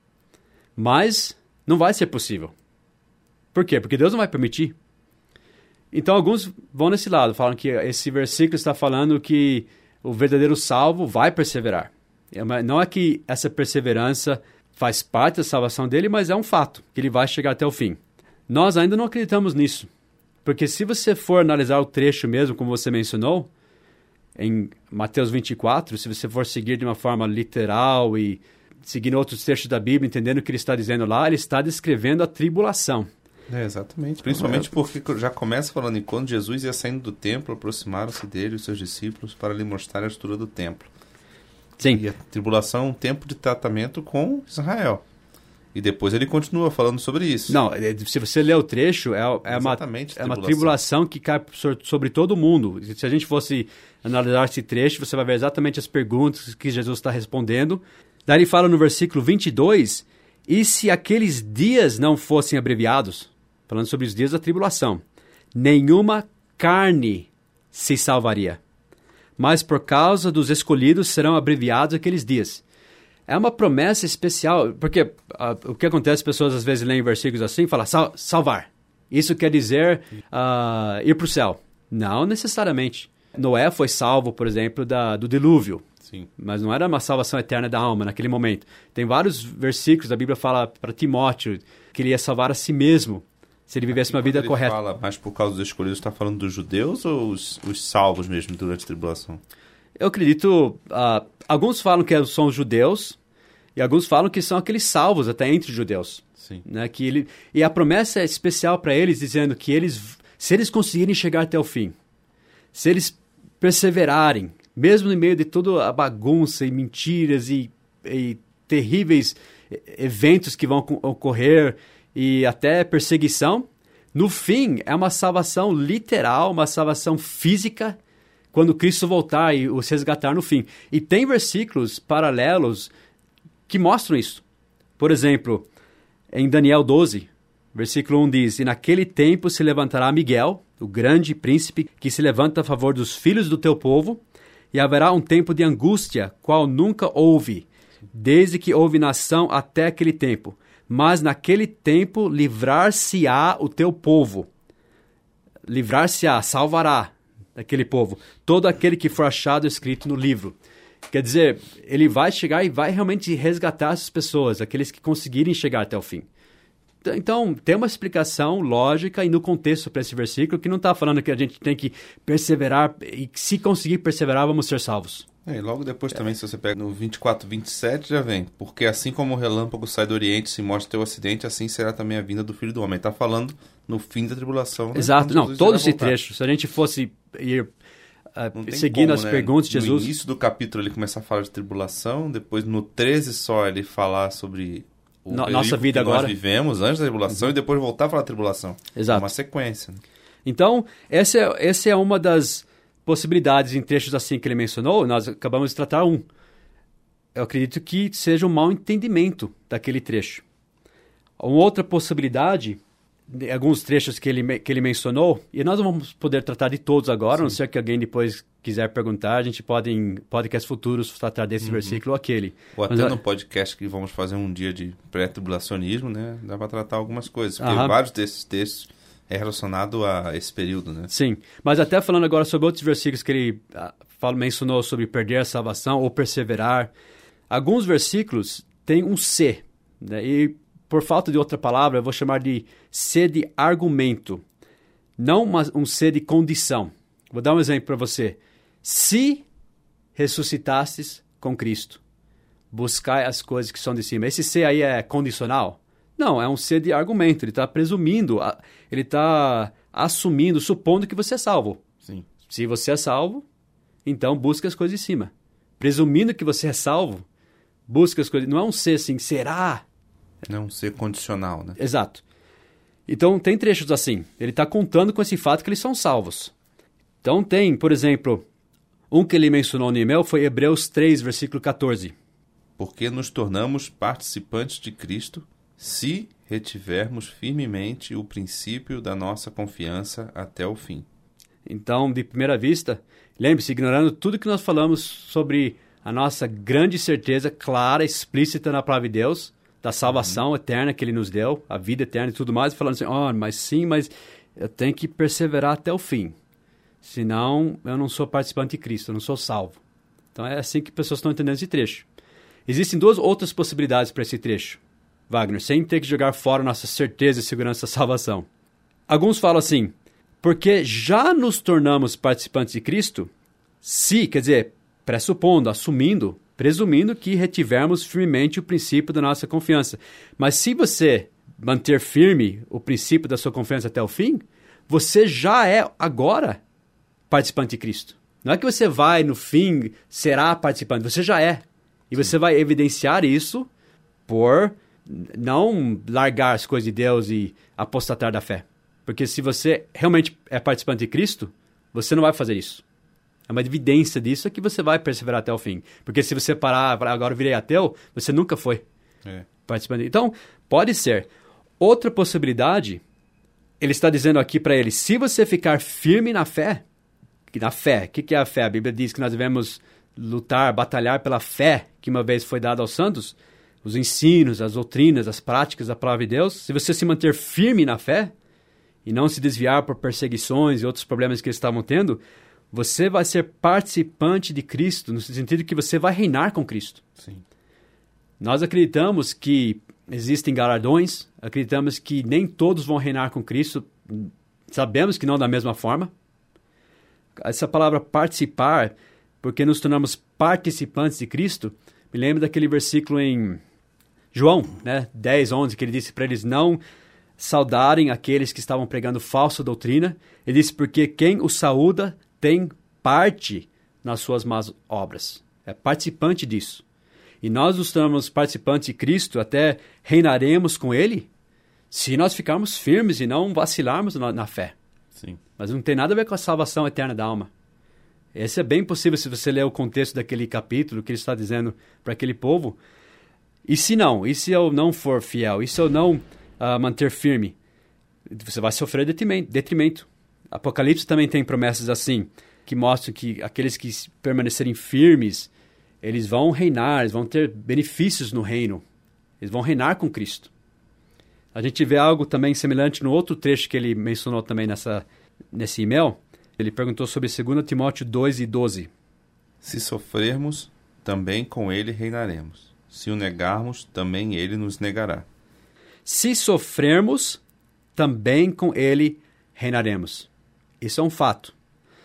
Mas não vai ser possível. Por quê? Porque Deus não vai permitir. Então, alguns vão nesse lado, falam que esse versículo está falando que o verdadeiro salvo vai perseverar. Não é que essa perseverança faz parte da salvação dele, mas é um fato, que ele vai chegar até o fim. Nós ainda não acreditamos nisso, porque se você for analisar o trecho mesmo, como você mencionou, em Mateus 24, se você for seguir de uma forma literal e seguindo outros trechos da Bíblia, entendendo o que ele está dizendo lá, ele está descrevendo a tribulação. Exatamente, principalmente porque já começa falando em quando Jesus ia saindo do templo, aproximaram-se dele os seus discípulos para lhe mostrar a estrutura do templo. Sim. E a tribulação é um tempo de tratamento com Israel. E depois ele continua falando sobre isso. Não, se você ler o trecho, é uma tribulação que cai sobre todo mundo. Se a gente fosse analisar esse trecho, você vai ver exatamente as perguntas que Jesus está respondendo. Daí ele fala no versículo 22, e se aqueles dias não fossem abreviados, falando sobre os dias da tribulação, nenhuma carne se salvaria. Mas por causa dos escolhidos serão abreviados aqueles dias. É uma promessa especial, porque o que acontece, as pessoas às vezes leem versículos assim e falam, salvar. Isso quer dizer ir para o céu. Não necessariamente. Noé foi salvo, por exemplo, do dilúvio. Sim. Mas não era uma salvação eterna da alma naquele momento. Tem vários versículos, a Bíblia fala para Timóteo que ele ia salvar a si mesmo, se ele vivesse uma vida correta. Ele fala, mas por causa dos escolhidos, está falando dos judeus ou os salvos mesmo durante a tribulação? Eu acredito, alguns falam que são os judeus e alguns falam que são aqueles salvos até entre os judeus. Sim. Né, e a promessa é especial para eles, dizendo que se eles conseguirem chegar até o fim, se eles perseverarem, mesmo no meio de toda a bagunça e mentiras e terríveis eventos que vão ocorrer e até perseguição, no fim é uma salvação literal, uma salvação física, quando Cristo voltar e os resgatar no fim. E tem versículos paralelos que mostram isso. Por exemplo, em Daniel 12, versículo 1 diz, e naquele tempo se levantará Miguel, o grande príncipe, que se levanta a favor dos filhos do teu povo, e haverá um tempo de angústia, qual nunca houve, desde que houve nação até aquele tempo. mas naquele tempo livrar-se-á o teu povo. Livrar-se-á, salvará daquele povo. Todo aquele que for achado escrito no livro. Quer dizer, ele vai chegar e vai realmente resgatar essas pessoas, aqueles que conseguirem chegar até o fim. Então, tem uma explicação lógica e no contexto para esse versículo que não está falando que a gente tem que perseverar e que se conseguir perseverar, vamos ser salvos. E logo depois também, se você pega no 24, 27, já vem. Porque assim como o relâmpago sai do Oriente e se mostra teu acidente, assim será também a vinda do Filho do Homem. Está falando no fim da tribulação. Exato. Né? Não, todo esse trecho, se a gente fosse ir seguindo as perguntas de Jesus... No início do capítulo ele começa a falar de tribulação, depois no 13 só ele falar sobre... nossa vida que agora. Nós vivemos antes da tribulação e depois voltar a falar da tribulação. Exato. É uma sequência. Né? Então, essa é uma das possibilidades em trechos assim que ele mencionou. Nós acabamos de tratar um. Eu acredito que seja um mau entendimento daquele trecho. Uma outra possibilidade, alguns trechos que ele mencionou, e nós não vamos poder tratar de todos agora, a não ser que alguém depois quiser perguntar, a gente pode em podcasts futuros tratar desse versículo ou aquele. Ou até no podcast que vamos fazer um dia de pré-tribulacionismo, né? Dá para tratar algumas coisas, porque vários desses textos é relacionado a esse período, né? Sim, mas até falando agora sobre outros versículos que ele mencionou sobre perder a salvação ou perseverar, alguns versículos têm um C, né? E por falta de outra palavra, eu vou chamar de C de argumento, não um C de condição. Vou dar um exemplo para você. Se ressuscitastes com Cristo, buscai as coisas que são de cima. Esse C aí é condicional? Não, é um C de argumento. Ele está presumindo, ele está assumindo, supondo que você é salvo. Sim. Se você é salvo, então busca as coisas de cima. Presumindo que você é salvo, busca as coisas... Não é um C assim, será? Não é um C condicional, né? Exato. Então, tem trechos assim. Ele está contando com esse fato que eles são salvos. Então, tem, por exemplo, um que ele mencionou no e-mail foi Hebreus 3, versículo 14. Porque nos tornamos participantes de Cristo se retivermos firmemente o princípio da nossa confiança até o fim. Então, de primeira vista, lembre-se, ignorando tudo que nós falamos sobre a nossa grande certeza clara, explícita na palavra de Deus, da salvação eterna que Ele nos deu, a vida eterna e tudo mais, falando assim, mas eu tenho que perseverar até o fim. Senão, eu não sou participante de Cristo, eu não sou salvo. Então, é assim que pessoas estão entendendo esse trecho. Existem duas outras possibilidades para esse trecho, Wagner, sem ter que jogar fora nossa certeza e segurança da salvação. Alguns falam assim, porque já nos tornamos participantes de Cristo, se, quer dizer, pressupondo, assumindo, presumindo que retivermos firmemente o princípio da nossa confiança. Mas se você manter firme o princípio da sua confiança até o fim, você já é agora participante de Cristo. Não é que você vai, no fim, será participante, você já é. E você vai evidenciar isso por não largar as coisas de Deus e apostatar da fé. Porque se você realmente é participante de Cristo, você não vai fazer isso. É uma evidência disso que você vai perseverar até o fim. Porque se você parar, agora eu virei ateu, você nunca foi participante. Então, pode ser. Outra possibilidade, ele está dizendo aqui para ele, se você ficar firme na fé, o que é a fé? A Bíblia diz que nós devemos lutar, batalhar pela fé que uma vez foi dada aos santos, os ensinos, as doutrinas, as práticas da palavra de Deus. Se você se manter firme na fé e não se desviar por perseguições e outros problemas que eles estavam tendo, você vai ser participante de Cristo, no sentido que você vai reinar com Cristo. Sim. Nós acreditamos que existem galardões, acreditamos que nem todos vão reinar com Cristo, sabemos que não da mesma forma. Essa palavra participar, porque nos tornamos participantes de Cristo, me lembra daquele versículo em João, 10, 11, que ele disse para eles não saudarem aqueles que estavam pregando falsa doutrina. Ele disse, porque quem o saúda tem parte nas suas más obras. É participante disso. E nós nos tornamos participantes de Cristo, até reinaremos com Ele, se nós ficarmos firmes e não vacilarmos na fé. Sim. Mas não tem nada a ver com a salvação eterna da alma. Esse é bem possível se você ler o contexto daquele capítulo, que ele está dizendo para aquele povo. E se não? E se eu não for fiel? E se eu não manter firme? Você vai sofrer detrimento. Apocalipse também tem promessas assim, que mostram que aqueles que permanecerem firmes, eles vão reinar, eles vão ter benefícios no reino. Eles vão reinar com Cristo. A gente vê algo também semelhante no outro trecho que ele mencionou também nesse e-mail. Ele perguntou sobre 2 Timóteo 2:12. Se sofrermos, também com ele reinaremos. Se o negarmos, também ele nos negará. Se sofrermos, também com ele reinaremos. Isso é um fato.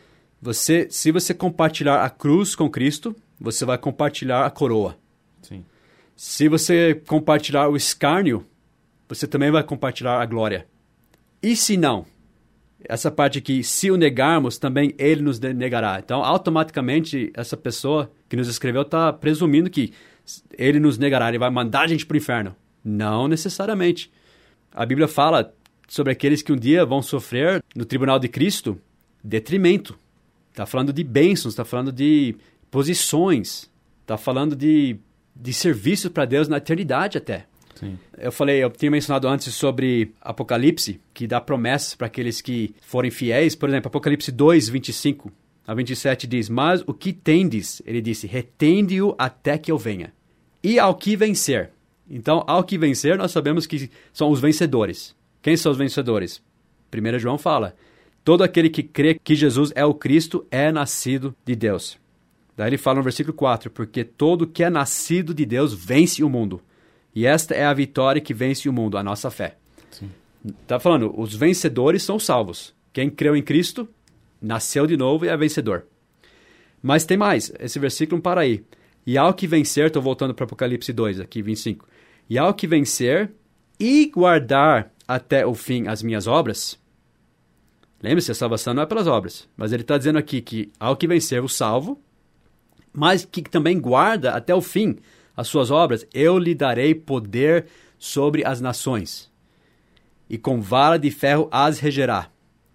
Se você compartilhar a cruz com Cristo, você vai compartilhar a coroa. Sim. Se você compartilhar o escárnio, você também vai compartilhar a glória. E se não? Essa parte aqui, se o negarmos, também ele nos negará. Então, automaticamente, essa pessoa que nos escreveu está presumindo que ele nos negará, ele vai mandar a gente para o inferno. Não necessariamente. A Bíblia fala sobre aqueles que um dia vão sofrer no tribunal de Cristo detrimento. Está falando de bênçãos, está falando de posições, está falando de serviço para Deus na eternidade até. Sim. Eu tinha mencionado antes sobre Apocalipse, que dá promessas para aqueles que forem fiéis. Por exemplo, Apocalipse 2, 25 a 27 diz, mas o que tendes, ele disse, retende-o até que eu venha. E ao que vencer. Então, ao que vencer, nós sabemos que são os vencedores. Quem são os vencedores? 1 João fala, todo aquele que crê que Jesus é o Cristo é nascido de Deus. Daí ele fala no versículo 4, porque todo que é nascido de Deus vence o mundo. E esta é a vitória que vence o mundo, a nossa fé. Está falando, os vencedores são salvos. Quem creu em Cristo, nasceu de novo e é vencedor. Mas tem mais, esse versículo não para aí. E ao que vencer, estou voltando para Apocalipse 2, aqui 25. E ao que vencer e guardar até o fim as minhas obras. Lembre-se, a salvação não é pelas obras. Mas ele está dizendo aqui que ao que vencer o salvo, mas que também guarda até o fim as suas obras, eu lhe darei poder sobre as nações, e com vara de ferro as regerá.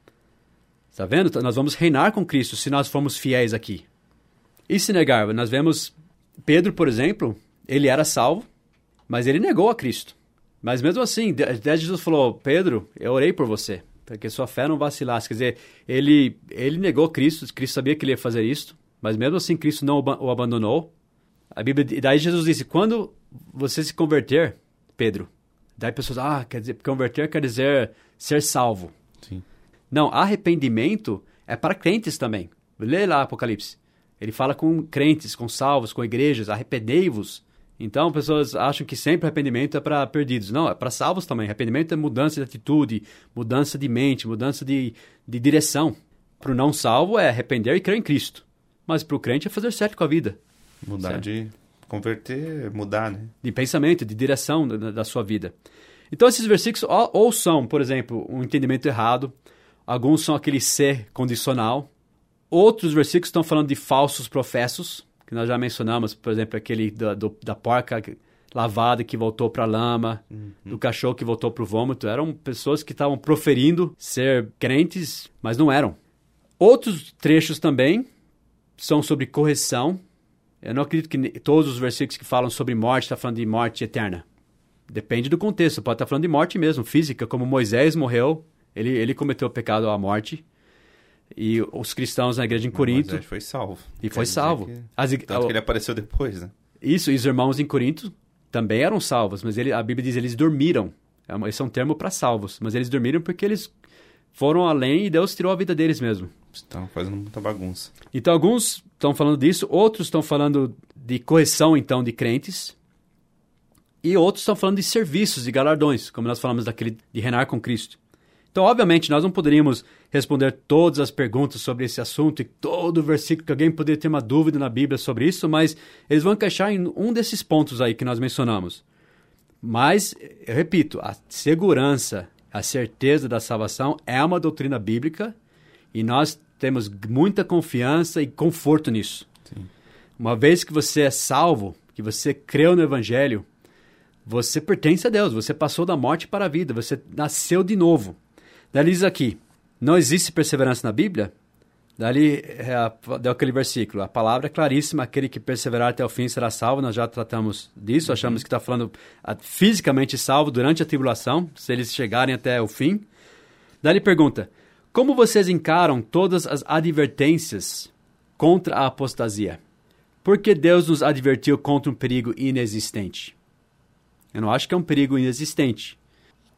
Está vendo? Nós vamos reinar com Cristo se nós formos fiéis aqui. E se negar? Nós vemos Pedro, por exemplo, ele era salvo, mas ele negou a Cristo. Mas mesmo assim, Jesus falou, Pedro, eu orei por você, para que sua fé não vacilasse. Quer dizer, ele negou Cristo sabia que ele ia fazer isso, mas mesmo assim Cristo não o abandonou. A Bíblia, daí Jesus disse, quando você se converter, Pedro, daí pessoas, quer dizer, converter quer dizer ser salvo. Sim. Não, arrependimento é para crentes também. Lê lá Apocalipse. Ele fala com crentes, com salvos, com igrejas, arrependei-vos. Então, pessoas acham que sempre arrependimento é para perdidos. Não, é para salvos também. Arrependimento é mudança de atitude, mudança de mente, mudança de direção. Para o não salvo é arrepender e crer em Cristo. Mas para o crente é fazer certo com a vida. Mudar certo? De converter, mudar, né? De pensamento, de direção da sua vida. Então, esses versículos ou são, por exemplo, um entendimento errado. Alguns são aquele ser condicional. Outros versículos estão falando de falsos professos, que nós já mencionamos, por exemplo, aquele da porca lavada que voltou para a lama, do cachorro que voltou para o vômito. Eram pessoas que estavam proferindo ser crentes, mas não eram. Outros trechos também são sobre correção. Eu não acredito que todos os versículos que falam sobre morte estão falando de morte eterna. Depende do contexto. Pode estar falando de morte mesmo, física, como Moisés morreu. Ele cometeu o pecado à morte. E os cristãos na igreja em Corinto... Moisés foi salvo. E foi salvo. Tanto que ele apareceu depois, né? Isso, e os irmãos em Corinto também eram salvos. Mas a Bíblia diz que eles dormiram. Esse é um termo para salvos. Mas eles dormiram porque eles foram além e Deus tirou a vida deles mesmo. Estão fazendo muita bagunça. Então, alguns estão falando disso, outros estão falando de correção, então, de crentes, e outros estão falando de serviços, de galardões, como nós falamos daquele de reinar com Cristo. Então, obviamente, nós não poderíamos responder todas as perguntas sobre esse assunto e todo o versículo que alguém poderia ter uma dúvida na Bíblia sobre isso, mas eles vão encaixar em um desses pontos aí que nós mencionamos. Mas, eu repito, a segurança, a certeza da salvação é uma doutrina bíblica e nós temos muita confiança e conforto nisso. Sim. Uma vez que você é salvo, que você creu no Evangelho, você pertence a Deus, você passou da morte para a vida, você nasceu de novo. Daí diz aqui, não existe perseverança na Bíblia? Daí deu aquele versículo, a palavra é claríssima, aquele que perseverar até o fim será salvo, nós já tratamos disso, achamos que está falando fisicamente salvo durante a tribulação, se eles chegarem até o fim. Daí ele pergunta, como vocês encaram todas as advertências contra a apostasia? Por que Deus nos advertiu contra um perigo inexistente? Eu não acho que é um perigo inexistente.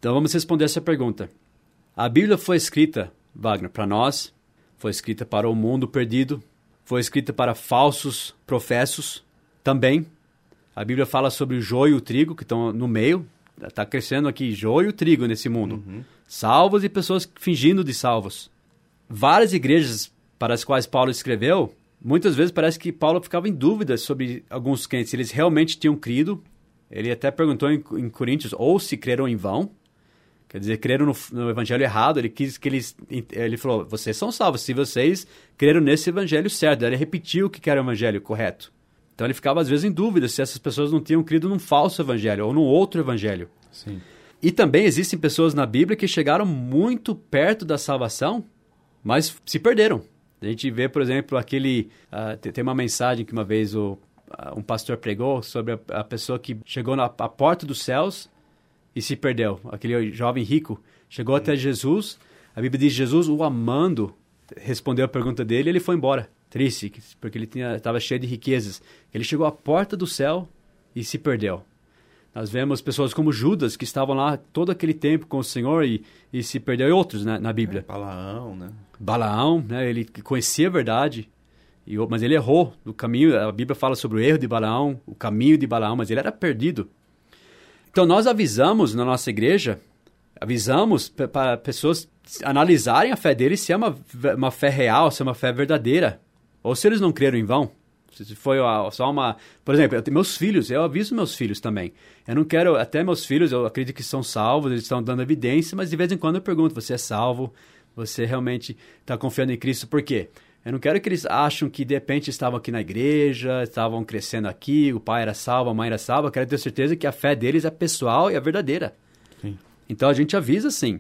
Então vamos responder essa pergunta. A Bíblia foi escrita, Wagner, para nós, foi escrita para o mundo perdido, foi escrita para falsos professos também. A Bíblia fala sobre o joio e o trigo que estão no meio. Está crescendo aqui joio e trigo nesse mundo. Salvos e pessoas fingindo de salvos. Várias igrejas para as quais Paulo escreveu, muitas vezes parece que Paulo ficava em dúvida sobre alguns crentes, se eles realmente tinham crido. Ele até perguntou em Coríntios, ou se creram em vão. Quer dizer, creram no evangelho errado. Ele falou, vocês são salvos se vocês creram nesse evangelho certo. Ele repetiu o que era o evangelho correto. Então ele ficava às vezes em dúvida se essas pessoas não tinham crido num falso evangelho ou num outro evangelho. Sim. E também existem pessoas na Bíblia que chegaram muito perto da salvação, mas se perderam. A gente vê, por exemplo, tem uma mensagem que uma vez um pastor pregou sobre a pessoa que chegou à porta dos céus e se perdeu. Aquele jovem rico chegou até Jesus, a Bíblia diz que Jesus, o amando, respondeu a pergunta dele e ele foi embora, triste, porque ele estava cheio de riquezas. Ele chegou à porta do céu e se perdeu. Nós vemos pessoas como Judas, que estavam lá todo aquele tempo com o Senhor e se perdeu, e outros, né, na Bíblia. Balaão, né, ele conhecia a verdade, mas ele errou no caminho. A Bíblia fala sobre o erro de Balaão, o caminho de Balaão, mas ele era perdido. Então nós avisamos na nossa igreja, para pessoas analisarem a fé deles, se é uma fé real, se é uma fé verdadeira, ou se eles não creram em vão. Se foi só uma... Por exemplo, meus filhos, eu aviso meus filhos também. Eu não quero... Até meus filhos, eu acredito que são salvos, eles estão dando evidência, mas de vez em quando eu pergunto, você é salvo? Você realmente está confiando em Cristo? Por quê? Eu não quero que eles achem que de repente estavam aqui na igreja, estavam crescendo aqui, o pai era salvo, a mãe era salva. Eu quero ter certeza que a fé deles é pessoal e é verdadeira. Sim. Então a gente avisa assim.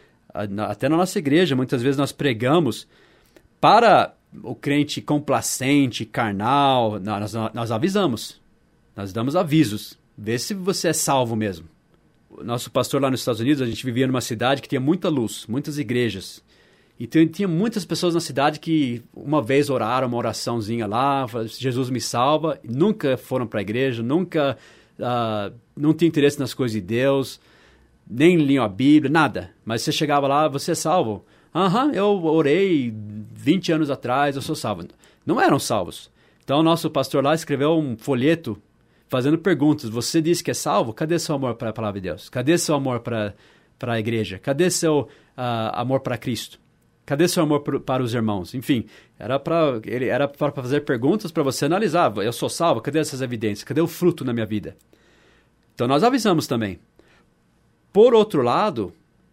Até na nossa igreja, muitas vezes nós pregamos para o crente complacente, carnal, nós avisamos. Nós damos avisos. Vê se você é salvo mesmo. O nosso pastor lá nos Estados Unidos, a gente vivia numa cidade que tinha muita luz, muitas igrejas. E tinha muitas pessoas na cidade que uma vez oraram uma oraçãozinha lá, Jesus me salva, nunca foram para a igreja, nunca não tinham interesse nas coisas de Deus, nem liam a Bíblia, nada. Mas você chegava lá, você é salvo? Eu orei 20 anos atrás, eu sou salvo. Não eram salvos. Então o nosso pastor lá escreveu um folheto fazendo perguntas. Você disse que é salvo? Cadê seu amor para a palavra de Deus? Cadê seu amor para a igreja? Cadê seu amor para Cristo? Cadê seu amor para os irmãos? Enfim, era para fazer perguntas para você analisar. Eu sou salvo? Cadê essas evidências? Cadê o fruto na minha vida? Então nós avisamos também. Por outro lado,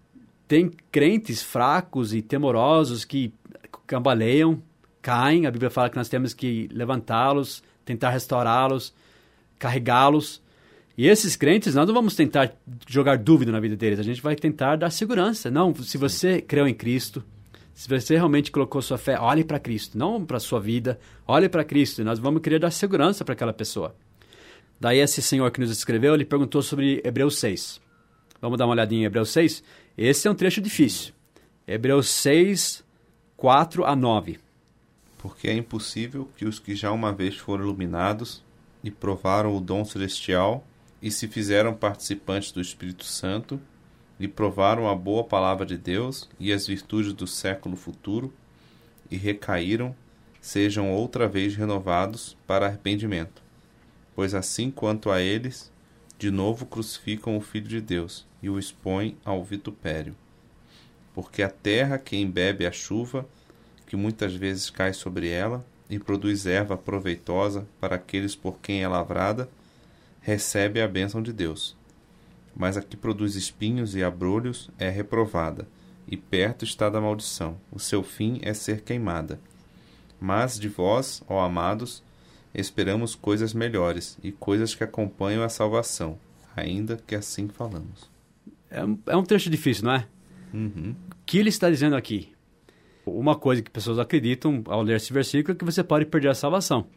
tem crentes fracos e temorosos que cambaleiam, caem. A Bíblia fala que nós temos que levantá-los, tentar restaurá-los, carregá-los. E esses crentes, nós não vamos tentar jogar dúvida na vida deles. A gente vai tentar dar segurança. Não, se você creu em Cristo, se você realmente colocou sua fé, olhe para Cristo, não para a sua vida, olhe para Cristo. E nós vamos querer dar segurança para aquela pessoa. Daí esse senhor que nos escreveu, ele perguntou sobre Hebreus 6. Vamos dar uma olhadinha em Hebreus 6? Esse é um trecho difícil. Hebreus 6, 4 a 9. Porque é impossível que os que já uma vez foram iluminados e provaram o dom celestial e se fizeram participantes do Espírito Santo e provaram a boa palavra de Deus e as virtudes do século futuro e recaíram, sejam outra vez renovados para arrependimento. Pois assim quanto a eles, de novo crucificam o Filho de Deus e o expõem ao vitupério. Porque a terra que embebe a chuva, que muitas vezes cai sobre ela, e produz erva proveitosa para aqueles por quem é lavrada, recebe a bênção de Deus. Mas a que produz espinhos e abrolhos é reprovada, e perto está da maldição. O seu fim é ser queimada. Mas de vós, ó amados, esperamos coisas melhores, e coisas que acompanham a salvação, ainda que assim falamos. É um trecho difícil, não é? Uhum. O que ele está dizendo aqui? Uma coisa que pessoas acreditam ao ler esse versículo é que você pode perder a salvação.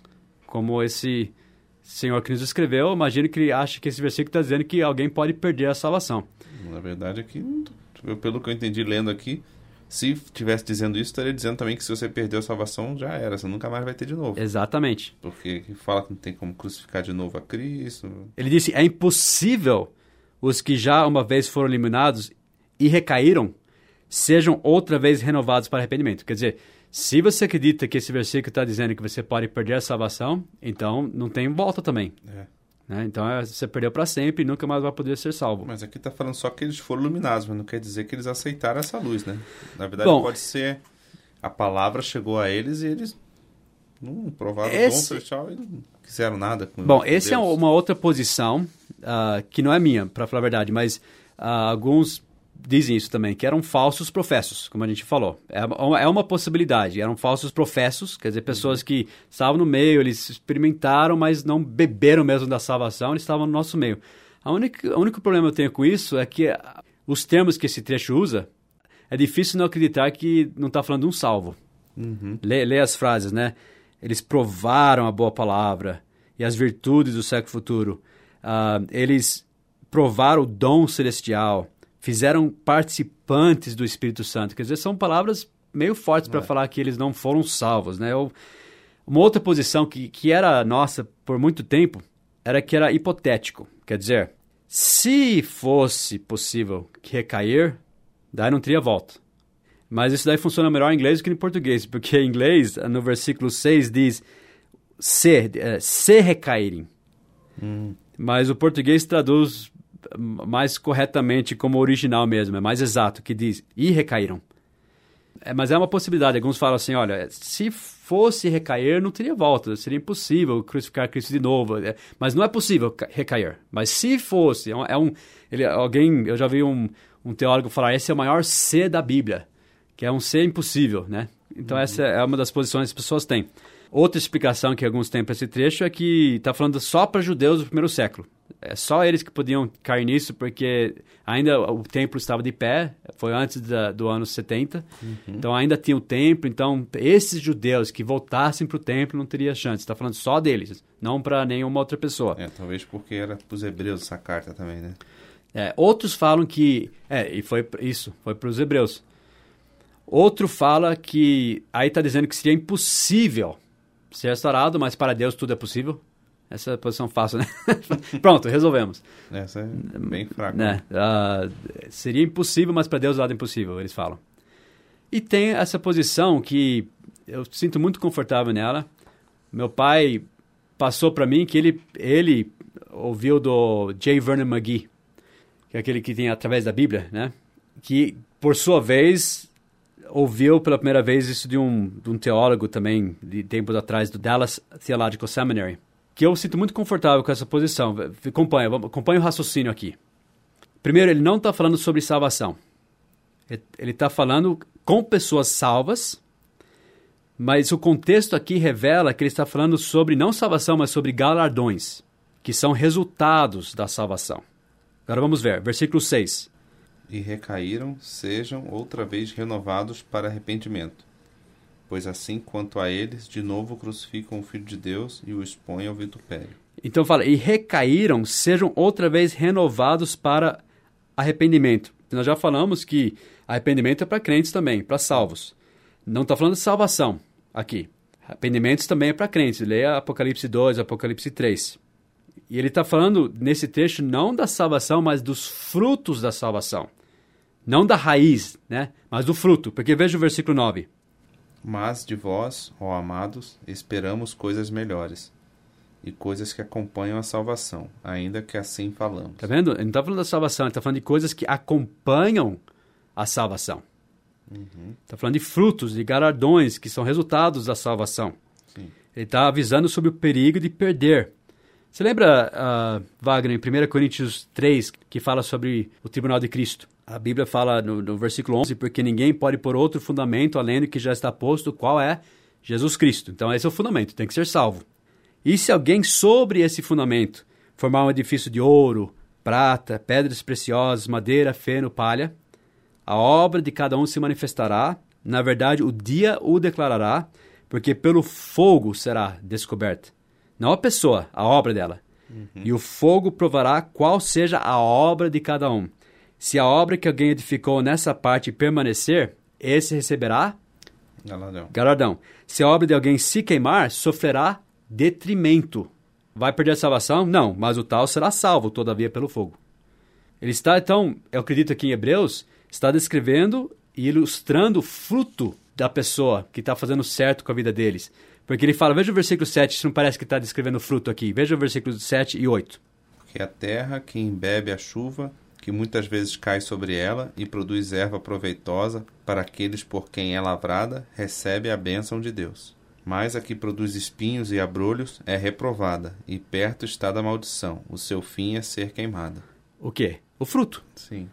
Como esse senhor que nos escreveu, imagino que ele acha que esse versículo está dizendo que alguém pode perder a salvação. Na verdade, aqui, pelo que eu entendi lendo aqui, se estivesse dizendo isso, estaria dizendo também que se você perdeu a salvação, já era, você nunca mais vai ter de novo. Exatamente. Porque fala que não tem como crucificar de novo a Cristo. Ele disse, é impossível os que já uma vez foram eliminados e recaíram, sejam outra vez renovados para arrependimento. Quer dizer, se você acredita que esse versículo está dizendo que você pode perder a salvação, então não tem volta também. Né? Então você perdeu para sempre e nunca mais vai poder ser salvo. Mas aqui está falando só que eles foram iluminados, mas não quer dizer que eles aceitaram essa luz, né? Na verdade, pode ser a palavra chegou a eles e eles não provaram o dom celestial e não quiseram nada com Bom, Deus. essa é uma outra posição que não é minha, para falar a verdade, mas alguns dizem isso também, que eram falsos professos, como a gente falou. É uma possibilidade. Eram falsos professos, quer dizer, pessoas que estavam no meio, eles experimentaram, mas não beberam mesmo da salvação, eles estavam no nosso meio. O único problema que eu tenho com isso é que os termos que esse trecho usa, é difícil não acreditar que não está falando de um salvo. Lê as frases, né? Eles provaram a boa palavra e as virtudes do século futuro. Eles provaram o dom celestial, fizeram participantes do Espírito Santo. Quer dizer, são palavras meio fortes para falar que eles não foram salvos, né? Uma outra posição que era nossa por muito tempo era que era hipotético. Quer dizer, se fosse possível recair, daí não teria volta. Mas isso daí funciona melhor em inglês do que em português, porque em inglês, no versículo 6, diz se recaírem. Mas o português traduz mais corretamente como original mesmo, é mais exato, que diz, e recaíram. Mas é uma possibilidade, alguns falam assim, olha, se fosse recair, não teria volta, seria impossível crucificar Cristo de novo, mas não é possível recair. Mas se fosse, eu já vi um teólogo falar, esse é o maior C da Bíblia, que é um C impossível, né? Então essa é uma das posições que as pessoas têm. Outra explicação que alguns têm para esse trecho é que está falando só para judeus do primeiro século. É só eles que podiam cair nisso, porque ainda o templo estava de pé, foi antes do ano 70, então ainda tinha o templo, então esses judeus que voltassem para o templo não teriam chance, está falando só deles, não para nenhuma outra pessoa. Talvez porque era para os hebreus essa carta também, né? Outros falam que, e foi para os hebreus. Outro fala que, aí está dizendo que seria impossível ser restaurado, mas para Deus tudo é possível. Essa é a posição fácil, né? Pronto, resolvemos. Essa é bem fraca. Seria impossível, mas para Deus nada é impossível, eles falam. E tem essa posição que eu sinto muito confortável nela. Meu pai passou para mim que ele ouviu do J. Vernon McGee, que é aquele que tem através da Bíblia, né? Que, por sua vez, ouviu pela primeira vez isso de um teólogo também, de tempos atrás, do Dallas Theological Seminary, que eu sinto muito confortável com essa posição. Acompanhe o raciocínio aqui. Primeiro, ele não está falando sobre salvação. Ele está falando com pessoas salvas, mas o contexto aqui revela que ele está falando sobre não salvação, mas sobre galardões, que são resultados da salvação. Agora vamos ver, versículo 6. E recaíram, sejam outra vez renovados para arrependimento. Pois assim quanto a eles, de novo crucificam o Filho de Deus e o expõem ao vitupério. Então fala, e recaíram, sejam outra vez renovados para arrependimento. Nós já falamos que arrependimento é para crentes também, para salvos. Não está falando de salvação aqui. Arrependimentos também é para crentes. Leia Apocalipse 2, Apocalipse 3. E ele está falando, nesse trecho, não da salvação, mas dos frutos da salvação. Não da raiz, né? Mas do fruto. Porque veja o versículo 9. Mas de vós, ó amados, esperamos coisas melhores, e coisas que acompanham a salvação, ainda que assim falamos. Está vendo? Ele não está falando da salvação, ele está falando de coisas que acompanham a salvação. Está falando de frutos, de galardões, que são resultados da salvação. Sim. Ele está avisando sobre o perigo de perder. Você lembra, Wagner, em 1 Coríntios 3, que fala sobre o tribunal de Cristo? A Bíblia fala no versículo 11, porque ninguém pode pôr outro fundamento além do que já está posto, qual é? Jesus Cristo. Então esse é o fundamento, tem que ser salvo. E se alguém sobre esse fundamento formar um edifício de ouro, prata, pedras preciosas, madeira, feno, palha, a obra de cada um se manifestará, na verdade o dia o declarará, porque pelo fogo será descoberta. Não a pessoa, a obra dela. E o fogo provará qual seja a obra de cada um. Se a obra que alguém edificou nessa parte permanecer, esse receberá galardão. Se a obra de alguém se queimar, sofrerá detrimento. Vai perder a salvação? Não, mas o tal será salvo, todavia, pelo fogo. Ele está, então, eu acredito aqui em Hebreus, está descrevendo e ilustrando o fruto da pessoa que está fazendo certo com a vida deles. Porque ele fala, veja o versículo 7, se não parece que está descrevendo o fruto aqui. Veja o versículo 7 e 8. Porque a terra que embebe a chuva, que muitas vezes cai sobre ela e produz erva proveitosa para aqueles por quem é lavrada, recebe a bênção de Deus. Mas a que produz espinhos e abrolhos é reprovada, e perto está da maldição. O seu fim é ser queimada. O quê? O fruto. Sim.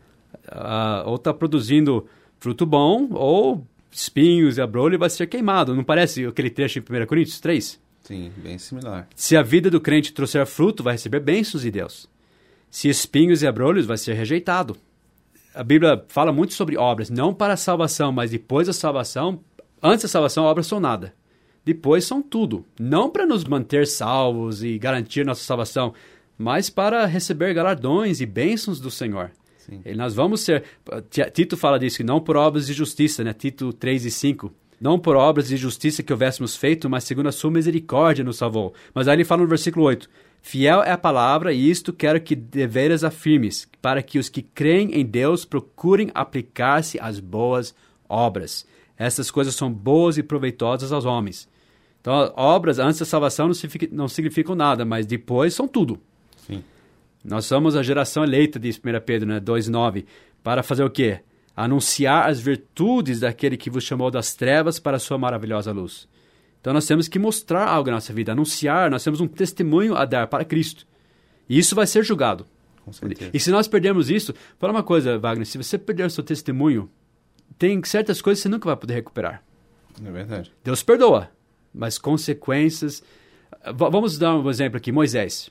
Ou está produzindo fruto bom, ou espinhos e abrolho vai ser queimado. Não parece aquele trecho em 1 Coríntios 3? Sim, bem similar. Se a vida do crente trouxer fruto, vai receber bênçãos de Deus. Se espinhos e abrolhos, vai ser rejeitado. A Bíblia fala muito sobre obras, não para a salvação, mas depois da salvação. Antes da salvação, obras são nada. Depois são tudo. Não para nos manter salvos e garantir nossa salvação, mas para receber galardões e bênçãos do Senhor. Sim. E nós vamos ser... Tito fala disso, que não por obras de justiça, né? Tito 3 e 5. Não por obras de justiça que houvéssemos feito, mas segundo a sua misericórdia nos salvou. Mas aí ele fala no versículo 8. Fiel é a palavra, e isto quero que deveras afirmes, para que os que creem em Deus procurem aplicar-se às boas obras. Essas coisas são boas e proveitosas aos homens. Então, obras antes da salvação não significam nada, mas depois são tudo. Sim. Nós somos a geração eleita, diz 1 Pedro, né, 2,9, para fazer o quê? Anunciar as virtudes daquele que vos chamou das trevas para a sua maravilhosa luz. Então nós temos que mostrar algo na nossa vida, anunciar, nós temos um testemunho a dar para Cristo. E isso vai ser julgado. Com certeza. E se nós perdermos isso, fala uma coisa, Wagner, se você perder o seu testemunho, tem certas coisas que você nunca vai poder recuperar. É verdade. Deus perdoa, mas consequências... Vamos dar um exemplo aqui, Moisés.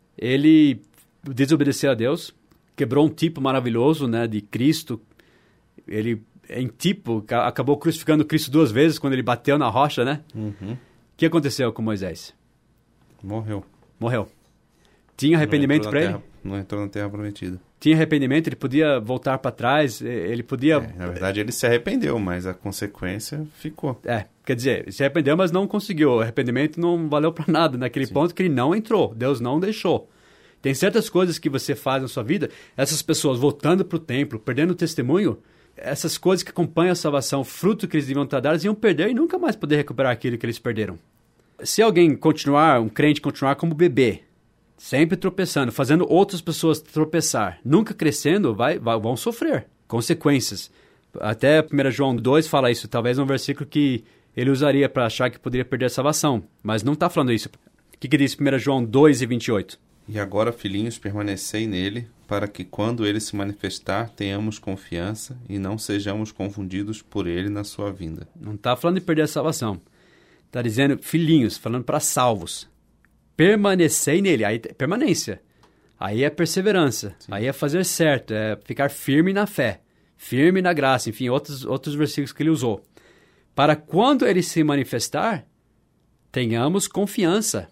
Ele desobedeceu a Deus, quebrou um tipo maravilhoso, né, de Cristo. Ele, em tipo, acabou crucificando Cristo 2 vezes quando ele bateu na rocha, né? Uhum. O que aconteceu com Moisés? Morreu. Tinha arrependimento para ele? Não entrou na terra prometida. Tinha arrependimento, ele podia voltar para trás, ele podia... Na verdade, ele se arrependeu, mas a consequência ficou. Quer dizer, se arrependeu, mas não conseguiu. O arrependimento não valeu para nada naquele ponto que ele não entrou. Deus não deixou. Tem certas coisas que você faz na sua vida, essas pessoas voltando para o templo, perdendo o testemunho, essas coisas que acompanham a salvação, fruto que eles deviam estar dados, iam perder e nunca mais poder recuperar aquilo que eles perderam. Se alguém um crente continuar como bebê, sempre tropeçando, fazendo outras pessoas tropeçar, nunca crescendo, vão sofrer consequências. Até 1 João 2 fala isso, talvez um versículo que ele usaria para achar que poderia perder a salvação, mas não está falando isso. O que diz 1 João 2 e 28? E agora, filhinhos, permanecei nele, para que quando ele se manifestar, tenhamos confiança e não sejamos confundidos por ele na sua vinda. Não está falando de perder a salvação. Está dizendo, filhinhos, falando para salvos. Permanecei nele. Aí, permanência. Aí é perseverança. Sim. Aí é fazer certo. É ficar firme na fé. Firme na graça. Enfim, outros versículos que ele usou. Para quando ele se manifestar, tenhamos confiança.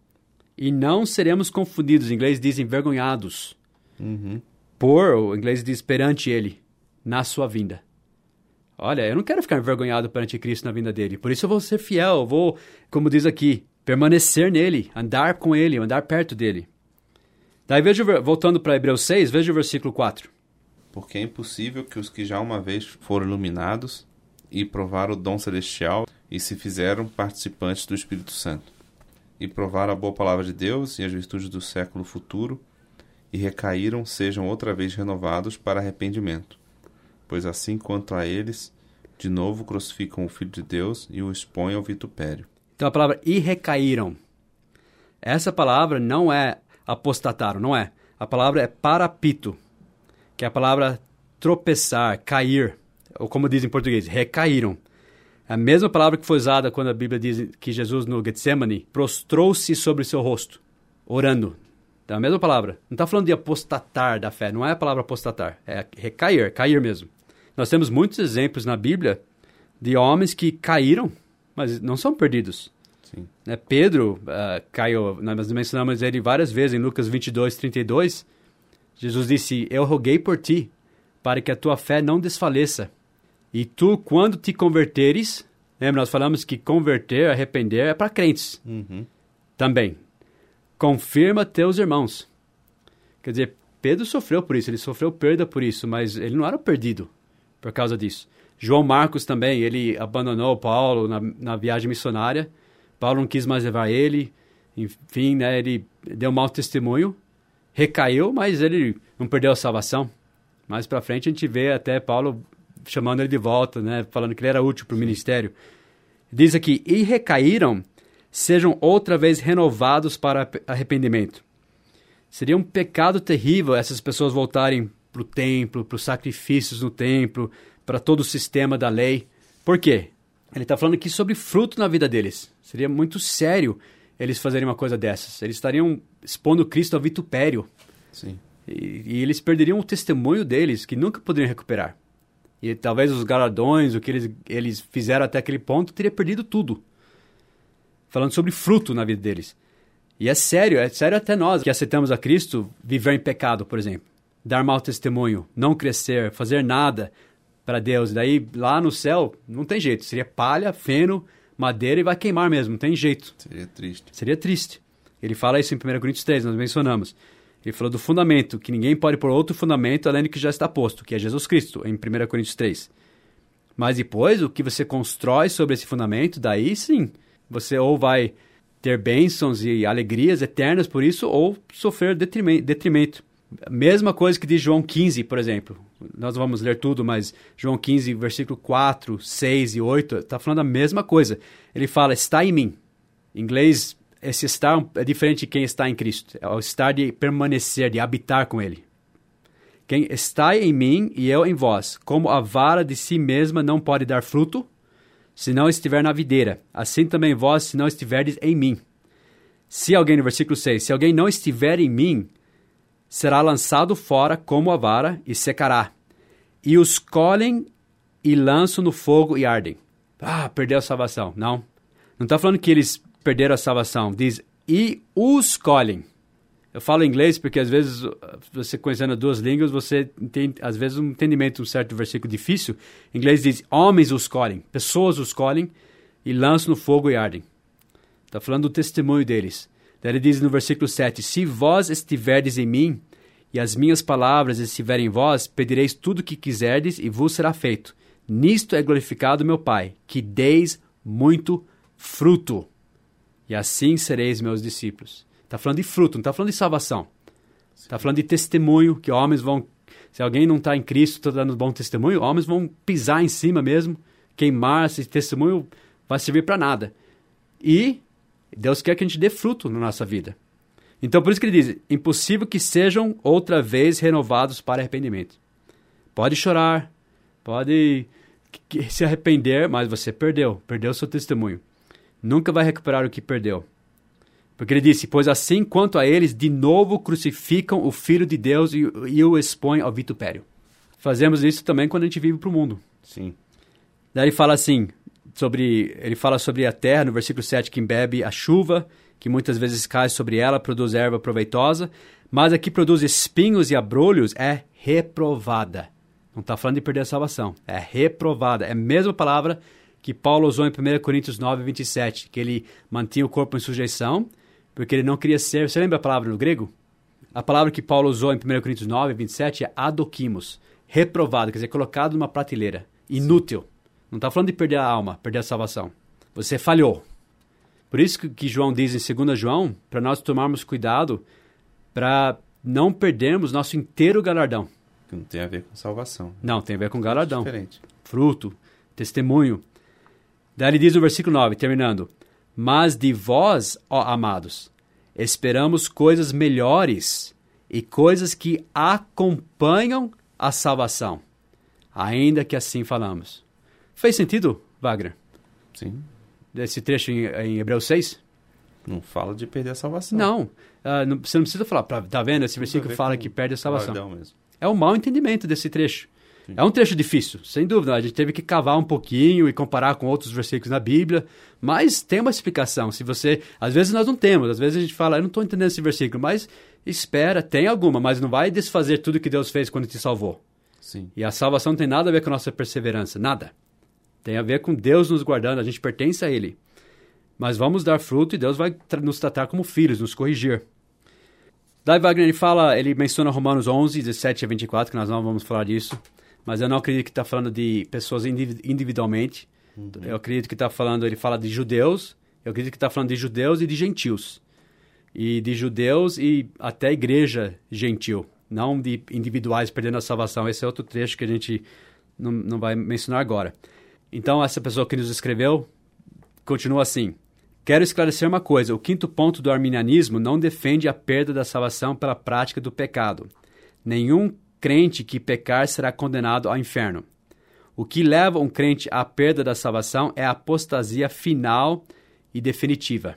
E não seremos confundidos. Em inglês diz envergonhados. Uhum. O inglês diz perante ele, na sua vinda. Olha, eu não quero ficar envergonhado perante Cristo na vinda dele. Por isso eu vou ser fiel, eu vou, como diz aqui, permanecer nele, andar com ele, andar perto dele. Daí voltando para Hebreus 6, veja o versículo 4. Porque é impossível que os que já uma vez foram iluminados e provaram o dom celestial e se fizeram participantes do Espírito Santo, e provaram a boa palavra de Deus e as virtudes do século futuro, e recaíram, sejam outra vez renovados para arrependimento. Pois assim quanto a eles, de novo crucificam o Filho de Deus e o expõem ao vitupério. Então a palavra e recaíram. Essa palavra não é apostataram, não é. A palavra é parapito, que é a palavra tropeçar, cair, ou como diz em português, recaíram. A mesma palavra que foi usada quando a Bíblia diz que Jesus no Getsemane prostrou-se sobre o seu rosto, orando. Então, a mesma palavra. Não está falando de apostatar da fé, não é a palavra apostatar, é recair, cair mesmo. Nós temos muitos exemplos na Bíblia de homens que caíram, mas não são perdidos. Sim. Pedro caiu, nós mencionamos ele várias vezes em Lucas 22, 32. Jesus disse, eu roguei por ti, para que a tua fé não desfaleça. E tu, quando te converteres, lembra, nós falamos que converter, arrepender é para crentes. Uhum. Também. Confirma teus irmãos. Quer dizer, Pedro sofreu por isso, ele sofreu perda por isso, mas ele não era perdido por causa disso. João Marcos também, ele abandonou Paulo na viagem missionária. Paulo não quis mais levar ele, enfim, né, ele deu mau testemunho, recaiu, mas ele não perdeu a salvação. Mais pra frente a gente vê até Paulo chamando ele de volta, né, falando que ele era útil para o ministério. Diz aqui, e recaíram, sejam outra vez renovados para arrependimento. Seria um pecado terrível essas pessoas voltarem para o templo, para os sacrifícios no templo, para todo o sistema da lei. Por quê? Ele está falando aqui sobre fruto na vida deles. Seria muito sério eles fazerem uma coisa dessas. Eles estariam expondo Cristo ao vitupério. Sim. E eles perderiam o testemunho deles, que nunca poderiam recuperar. E talvez os galardões, o que eles fizeram até aquele ponto, teria perdido tudo. Falando sobre fruto na vida deles. E é sério até nós que aceitamos a Cristo, viver em pecado, por exemplo. Dar mau testemunho, não crescer, fazer nada para Deus. Daí, lá no céu, não tem jeito. Seria palha, feno, madeira e vai queimar mesmo, não tem jeito. Seria triste. Ele fala isso em 1 Coríntios 3, nós mencionamos. Ele falou do fundamento, que ninguém pode pôr outro fundamento além do que já está posto, que é Jesus Cristo, em 1 Coríntios 3. Mas depois, o que você constrói sobre esse fundamento, daí sim, você ou vai ter bênçãos e alegrias eternas por isso, ou sofrer detrimento. Mesma coisa que diz João 15, por exemplo. Nós não vamos ler tudo, mas João 15, versículo 4, 6 e 8, está falando a mesma coisa. Ele fala, está em mim. Em inglês, esse estar é diferente de quem está em Cristo. É o estar de permanecer, de habitar com Ele. Quem está em mim e eu em vós, como a vara de si mesma não pode dar fruto, se não estiver na videira, assim também vós, se não estiverdes em mim. Se alguém, no versículo 6, se alguém não estiver em mim, será lançado fora como a vara e secará. E os colhem e lançam no fogo e ardem. Perdeu a salvação. Não está falando que eles perderam a salvação. Diz, e os colhem. Eu falo inglês porque às vezes, você conhecendo duas línguas, você tem às vezes um entendimento de um certo versículo difícil. Em inglês diz, homens os colhem, pessoas os colhem e lançam no fogo e ardem. Está falando do testemunho deles. Daí ele diz no versículo 7, se vós estiverdes em mim e as minhas palavras estiverem em vós, pedireis tudo o que quiserdes e vos será feito. Nisto é glorificado meu Pai, que deis muito fruto. E assim sereis meus discípulos. Está falando de fruto, não está falando de salvação. Está falando de testemunho, que homens vão... Se alguém não está em Cristo, está dando bom testemunho, homens vão pisar em cima mesmo, queimar, esse testemunho vai servir para nada. E Deus quer que a gente dê fruto na nossa vida. Então, por isso que ele diz, impossível que sejam outra vez renovados para arrependimento. Pode chorar, pode se arrepender, mas você perdeu o seu testemunho. Nunca vai recuperar o que perdeu. Porque ele disse, pois assim quanto a eles, de novo crucificam o Filho de Deus e o expõem ao vitupério. Fazemos isso também quando a gente vive para o mundo. Sim. Daí ele fala assim, ele fala sobre a terra, no versículo 7, que embebe a chuva, que muitas vezes cai sobre ela, produz erva proveitosa, mas a que produz espinhos e abrolhos é reprovada. Não está falando de perder a salvação, é reprovada. É a mesma palavra que Paulo usou em 1 Coríntios 9, 27, que ele mantinha o corpo em sujeição, porque ele não queria ser... Você lembra a palavra no grego? A palavra que Paulo usou em 1 Coríntios 9, 27 é adokimos, reprovado, quer dizer, colocado numa prateleira, inútil. Não está falando de perder a alma, perder a salvação. Você falhou. Por isso que João diz em 2 João, para nós tomarmos cuidado, para não perdermos nosso inteiro galardão. Que não tem a ver com salvação. Não, tem a ver com galardão. Diferente. Fruto, testemunho. Daí ele diz no versículo 9, terminando, mas de vós, ó amados, esperamos coisas melhores e coisas que acompanham a salvação, ainda que assim falamos. Fez sentido, Wagner? Sim. Desse trecho em Hebreus 6? Não fala de perder a salvação. Não, você não precisa falar, tá vendo? Esse versículo fala que perde a salvação. Mesmo. É um mau entendimento desse trecho. Sim. É um trecho difícil, sem dúvida. A gente teve que cavar um pouquinho e comparar com outros versículos na Bíblia, mas tem uma explicação. Se você, às vezes nós não temos, às vezes a gente fala, eu não estou entendendo esse versículo, mas espera, tem alguma, mas não vai desfazer tudo que Deus fez quando te salvou. Sim. E a salvação não tem nada a ver com a nossa perseverança, nada. Tem a ver com Deus nos guardando, a gente pertence a Ele. Mas vamos dar fruto e Deus vai nos tratar como filhos, nos corrigir. Daí Wagner, ele menciona Romanos 11, 17 a 24, que nós não vamos falar disso, mas eu não acredito que está falando de pessoas individualmente. Eu acredito que ele fala de judeus, eu acredito que está falando de judeus e de gentios. E de judeus e até igreja gentil, não de individuais perdendo a salvação. Esse é outro trecho que a gente não vai mencionar agora. Então, essa pessoa que nos escreveu continua assim: quero esclarecer uma coisa, o quinto ponto do arminianismo não defende a perda da salvação pela prática do pecado. Nenhum crente que pecar será condenado ao inferno. O que leva um crente à perda da salvação é a apostasia final e definitiva.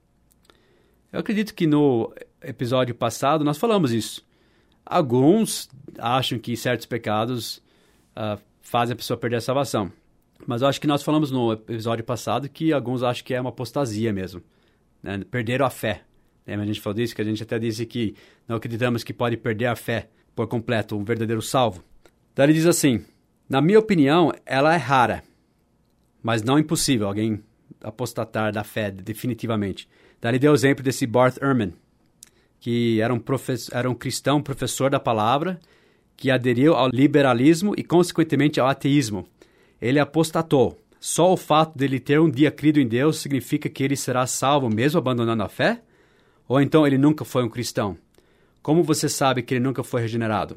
Eu acredito que no episódio passado nós falamos isso. Alguns acham que certos pecados fazem a pessoa perder a salvação. Mas eu acho que nós falamos no episódio passado que alguns acham que é uma apostasia mesmo. Né? Perderam a fé. Lembra? A gente falou disso, que a gente até disse que não acreditamos que pode perder a fé por completo, um verdadeiro salvo. Daí ele diz assim: na minha opinião, ela é rara, mas não impossível alguém apostatar da fé definitivamente. Daí ele deu o exemplo desse Bart Ehrman, que era um cristão professor da palavra, que aderiu ao liberalismo e, consequentemente, ao ateísmo. Ele apostatou. Só o fato dele ter um dia crido em Deus significa que ele será salvo mesmo abandonando a fé? Ou então ele nunca foi um cristão? Como você sabe que ele nunca foi regenerado?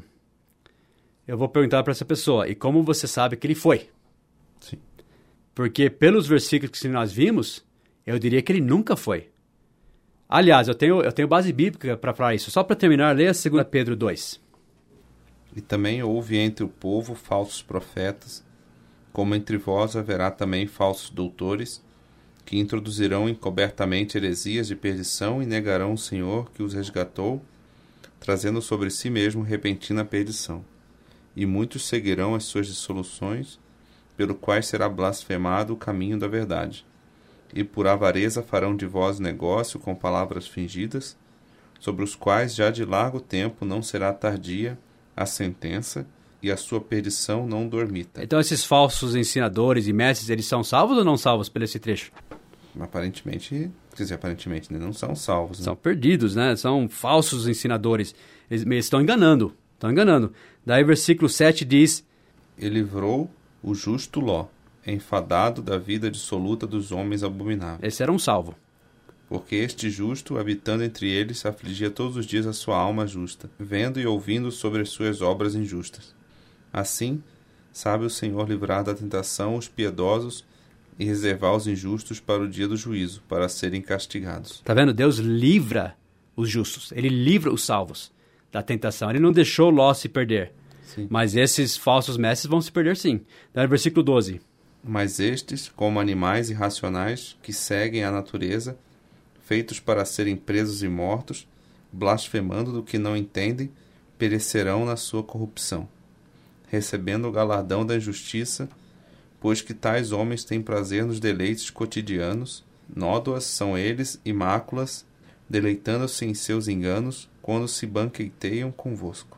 Eu vou perguntar para essa pessoa: e como você sabe que ele foi? Sim. Porque pelos versículos que nós vimos, eu diria que ele nunca foi. Aliás, eu tenho base bíblica para falar isso. Só para terminar, leia 2 Pedro 2. E também houve entre o povo falsos profetas, como entre vós haverá também falsos doutores, que introduzirão encobertamente heresias de perdição e negarão o Senhor que os resgatou, trazendo sobre si mesmo repentina perdição. E muitos seguirão as suas dissoluções, pelo quais será blasfemado o caminho da verdade. E por avareza farão de vós negócio com palavras fingidas, sobre os quais já de largo tempo não será tardia a sentença, e a sua perdição não dormita. Então esses falsos ensinadores e mestres, eles são salvos ou não salvos por esse trecho? Aparentemente, né? Não são salvos. Né? São perdidos, né? São falsos ensinadores. Eles estão enganando. Daí versículo 7 diz: E livrou o justo Ló, enfadado da vida dissoluta dos homens abomináveis. Esse era um salvo. Porque este justo, habitando entre eles, afligia todos os dias a sua alma justa, vendo e ouvindo sobre as suas obras injustas. Assim, sabe o Senhor livrar da tentação os piedosos e reservar os injustos para o dia do juízo, para serem castigados. Tá vendo? Deus livra os justos. Ele livra os salvos da tentação. Ele não deixou Ló se perder. Sim. Mas esses falsos mestres vão se perder sim. Daí versículo 12. Mas estes, como animais irracionais que seguem a natureza, feitos para serem presos e mortos, blasfemando do que não entendem, perecerão na sua corrupção, recebendo o galardão da injustiça, pois que tais homens têm prazer nos deleites cotidianos, nódoas são eles e máculas, deleitando-se em seus enganos, quando se banqueteiam convosco,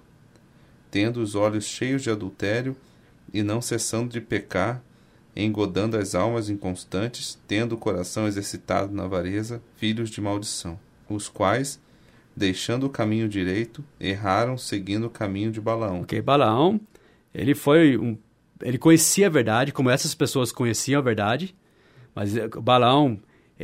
tendo os olhos cheios de adultério e não cessando de pecar, engodando as almas inconstantes, tendo o coração exercitado na avareza, filhos de maldição, os quais, deixando o caminho direito, erraram seguindo o caminho de Balaão. Ok, Balaão, ele conhecia a verdade, como essas pessoas conheciam a verdade, mas Balaão,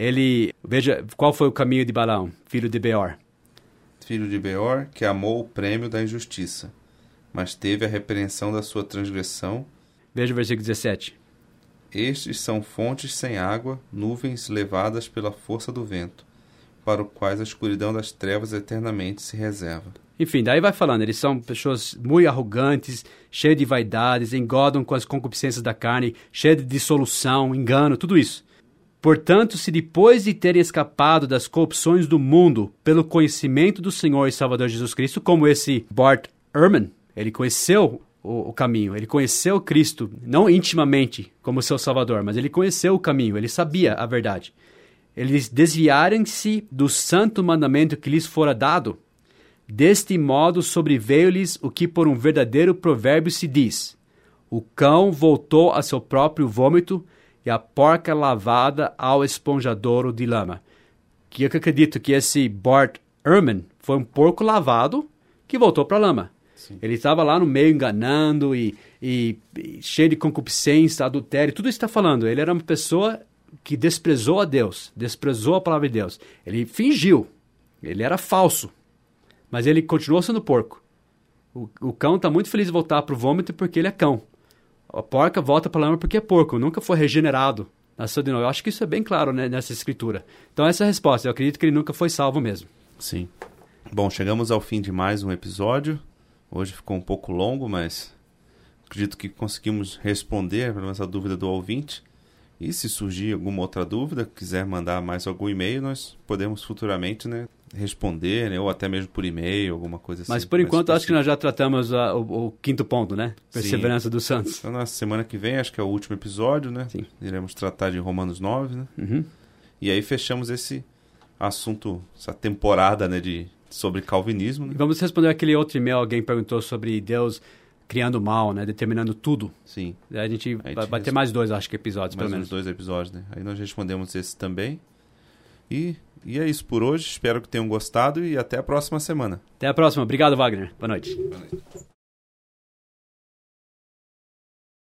veja, qual foi o caminho de Balaão, filho de Beor? Filho de Beor, que amou o prêmio da injustiça, mas teve a repreensão da sua transgressão. Veja o versículo 17. Estes são fontes sem água, nuvens levadas pela força do vento, para os quais a escuridão das trevas eternamente se reserva. Enfim, daí vai falando, eles são pessoas muito arrogantes, cheias de vaidades, engodam com as concupiscências da carne, cheias de dissolução, engano, tudo isso. Portanto, se depois de terem escapado das corrupções do mundo pelo conhecimento do Senhor e Salvador Jesus Cristo, como esse Bart Ehrman, ele conheceu o caminho, ele conheceu Cristo, não intimamente como seu Salvador, mas ele conheceu o caminho, ele sabia a verdade. Eles desviarem-se do santo mandamento que lhes fora dado. Deste modo sobreveio-lhes o que por um verdadeiro provérbio se diz: o cão voltou a seu próprio vômito e a porca lavada ao esponjadouro de lama. Que eu acredito que esse Bart Ehrman Foi um porco lavado que voltou para a lama. Sim. Ele estava lá no meio enganando e cheio de concupiscência, adultério, tudo isso está falando. Ele era uma pessoa que desprezou a Deus, desprezou a palavra de Deus. Ele fingiu, ele era falso, mas ele continuou sendo porco. O cão está muito feliz de voltar para o vômito porque ele é cão. A porca volta para a lama porque é porco, nunca foi regenerado. Nasceu de novo. Eu acho que isso é bem claro, né, nessa escritura. Então essa é a resposta. Eu acredito que ele nunca foi salvo mesmo. Sim. Bom, chegamos ao fim de mais um episódio. Hoje ficou um pouco longo, mas acredito que conseguimos responder pelo menos a dúvida do ouvinte. E se surgir alguma outra dúvida, quiser mandar mais algum e-mail, nós podemos futuramente, né, responder, né, ou até mesmo por e-mail, alguma coisa assim. Mas por enquanto acho que nós já tratamos o quinto ponto, né? Perseverança dos santos. Então na semana que vem, acho que é o último episódio, né? Sim. Iremos tratar de Romanos 9, né? Uhum. E aí fechamos esse assunto, essa temporada, né, sobre calvinismo, né? Vamos responder aquele outro e-mail, alguém perguntou sobre Deus criando o mal, né? Determinando tudo. Sim. A gente vai ter mais 2, acho que, episódios, mais pelo menos. 2 episódios, né? Aí nós respondemos esse também. E é isso por hoje. Espero que tenham gostado e até a próxima semana. Até a próxima. Obrigado, Wagner. Boa noite. Boa noite.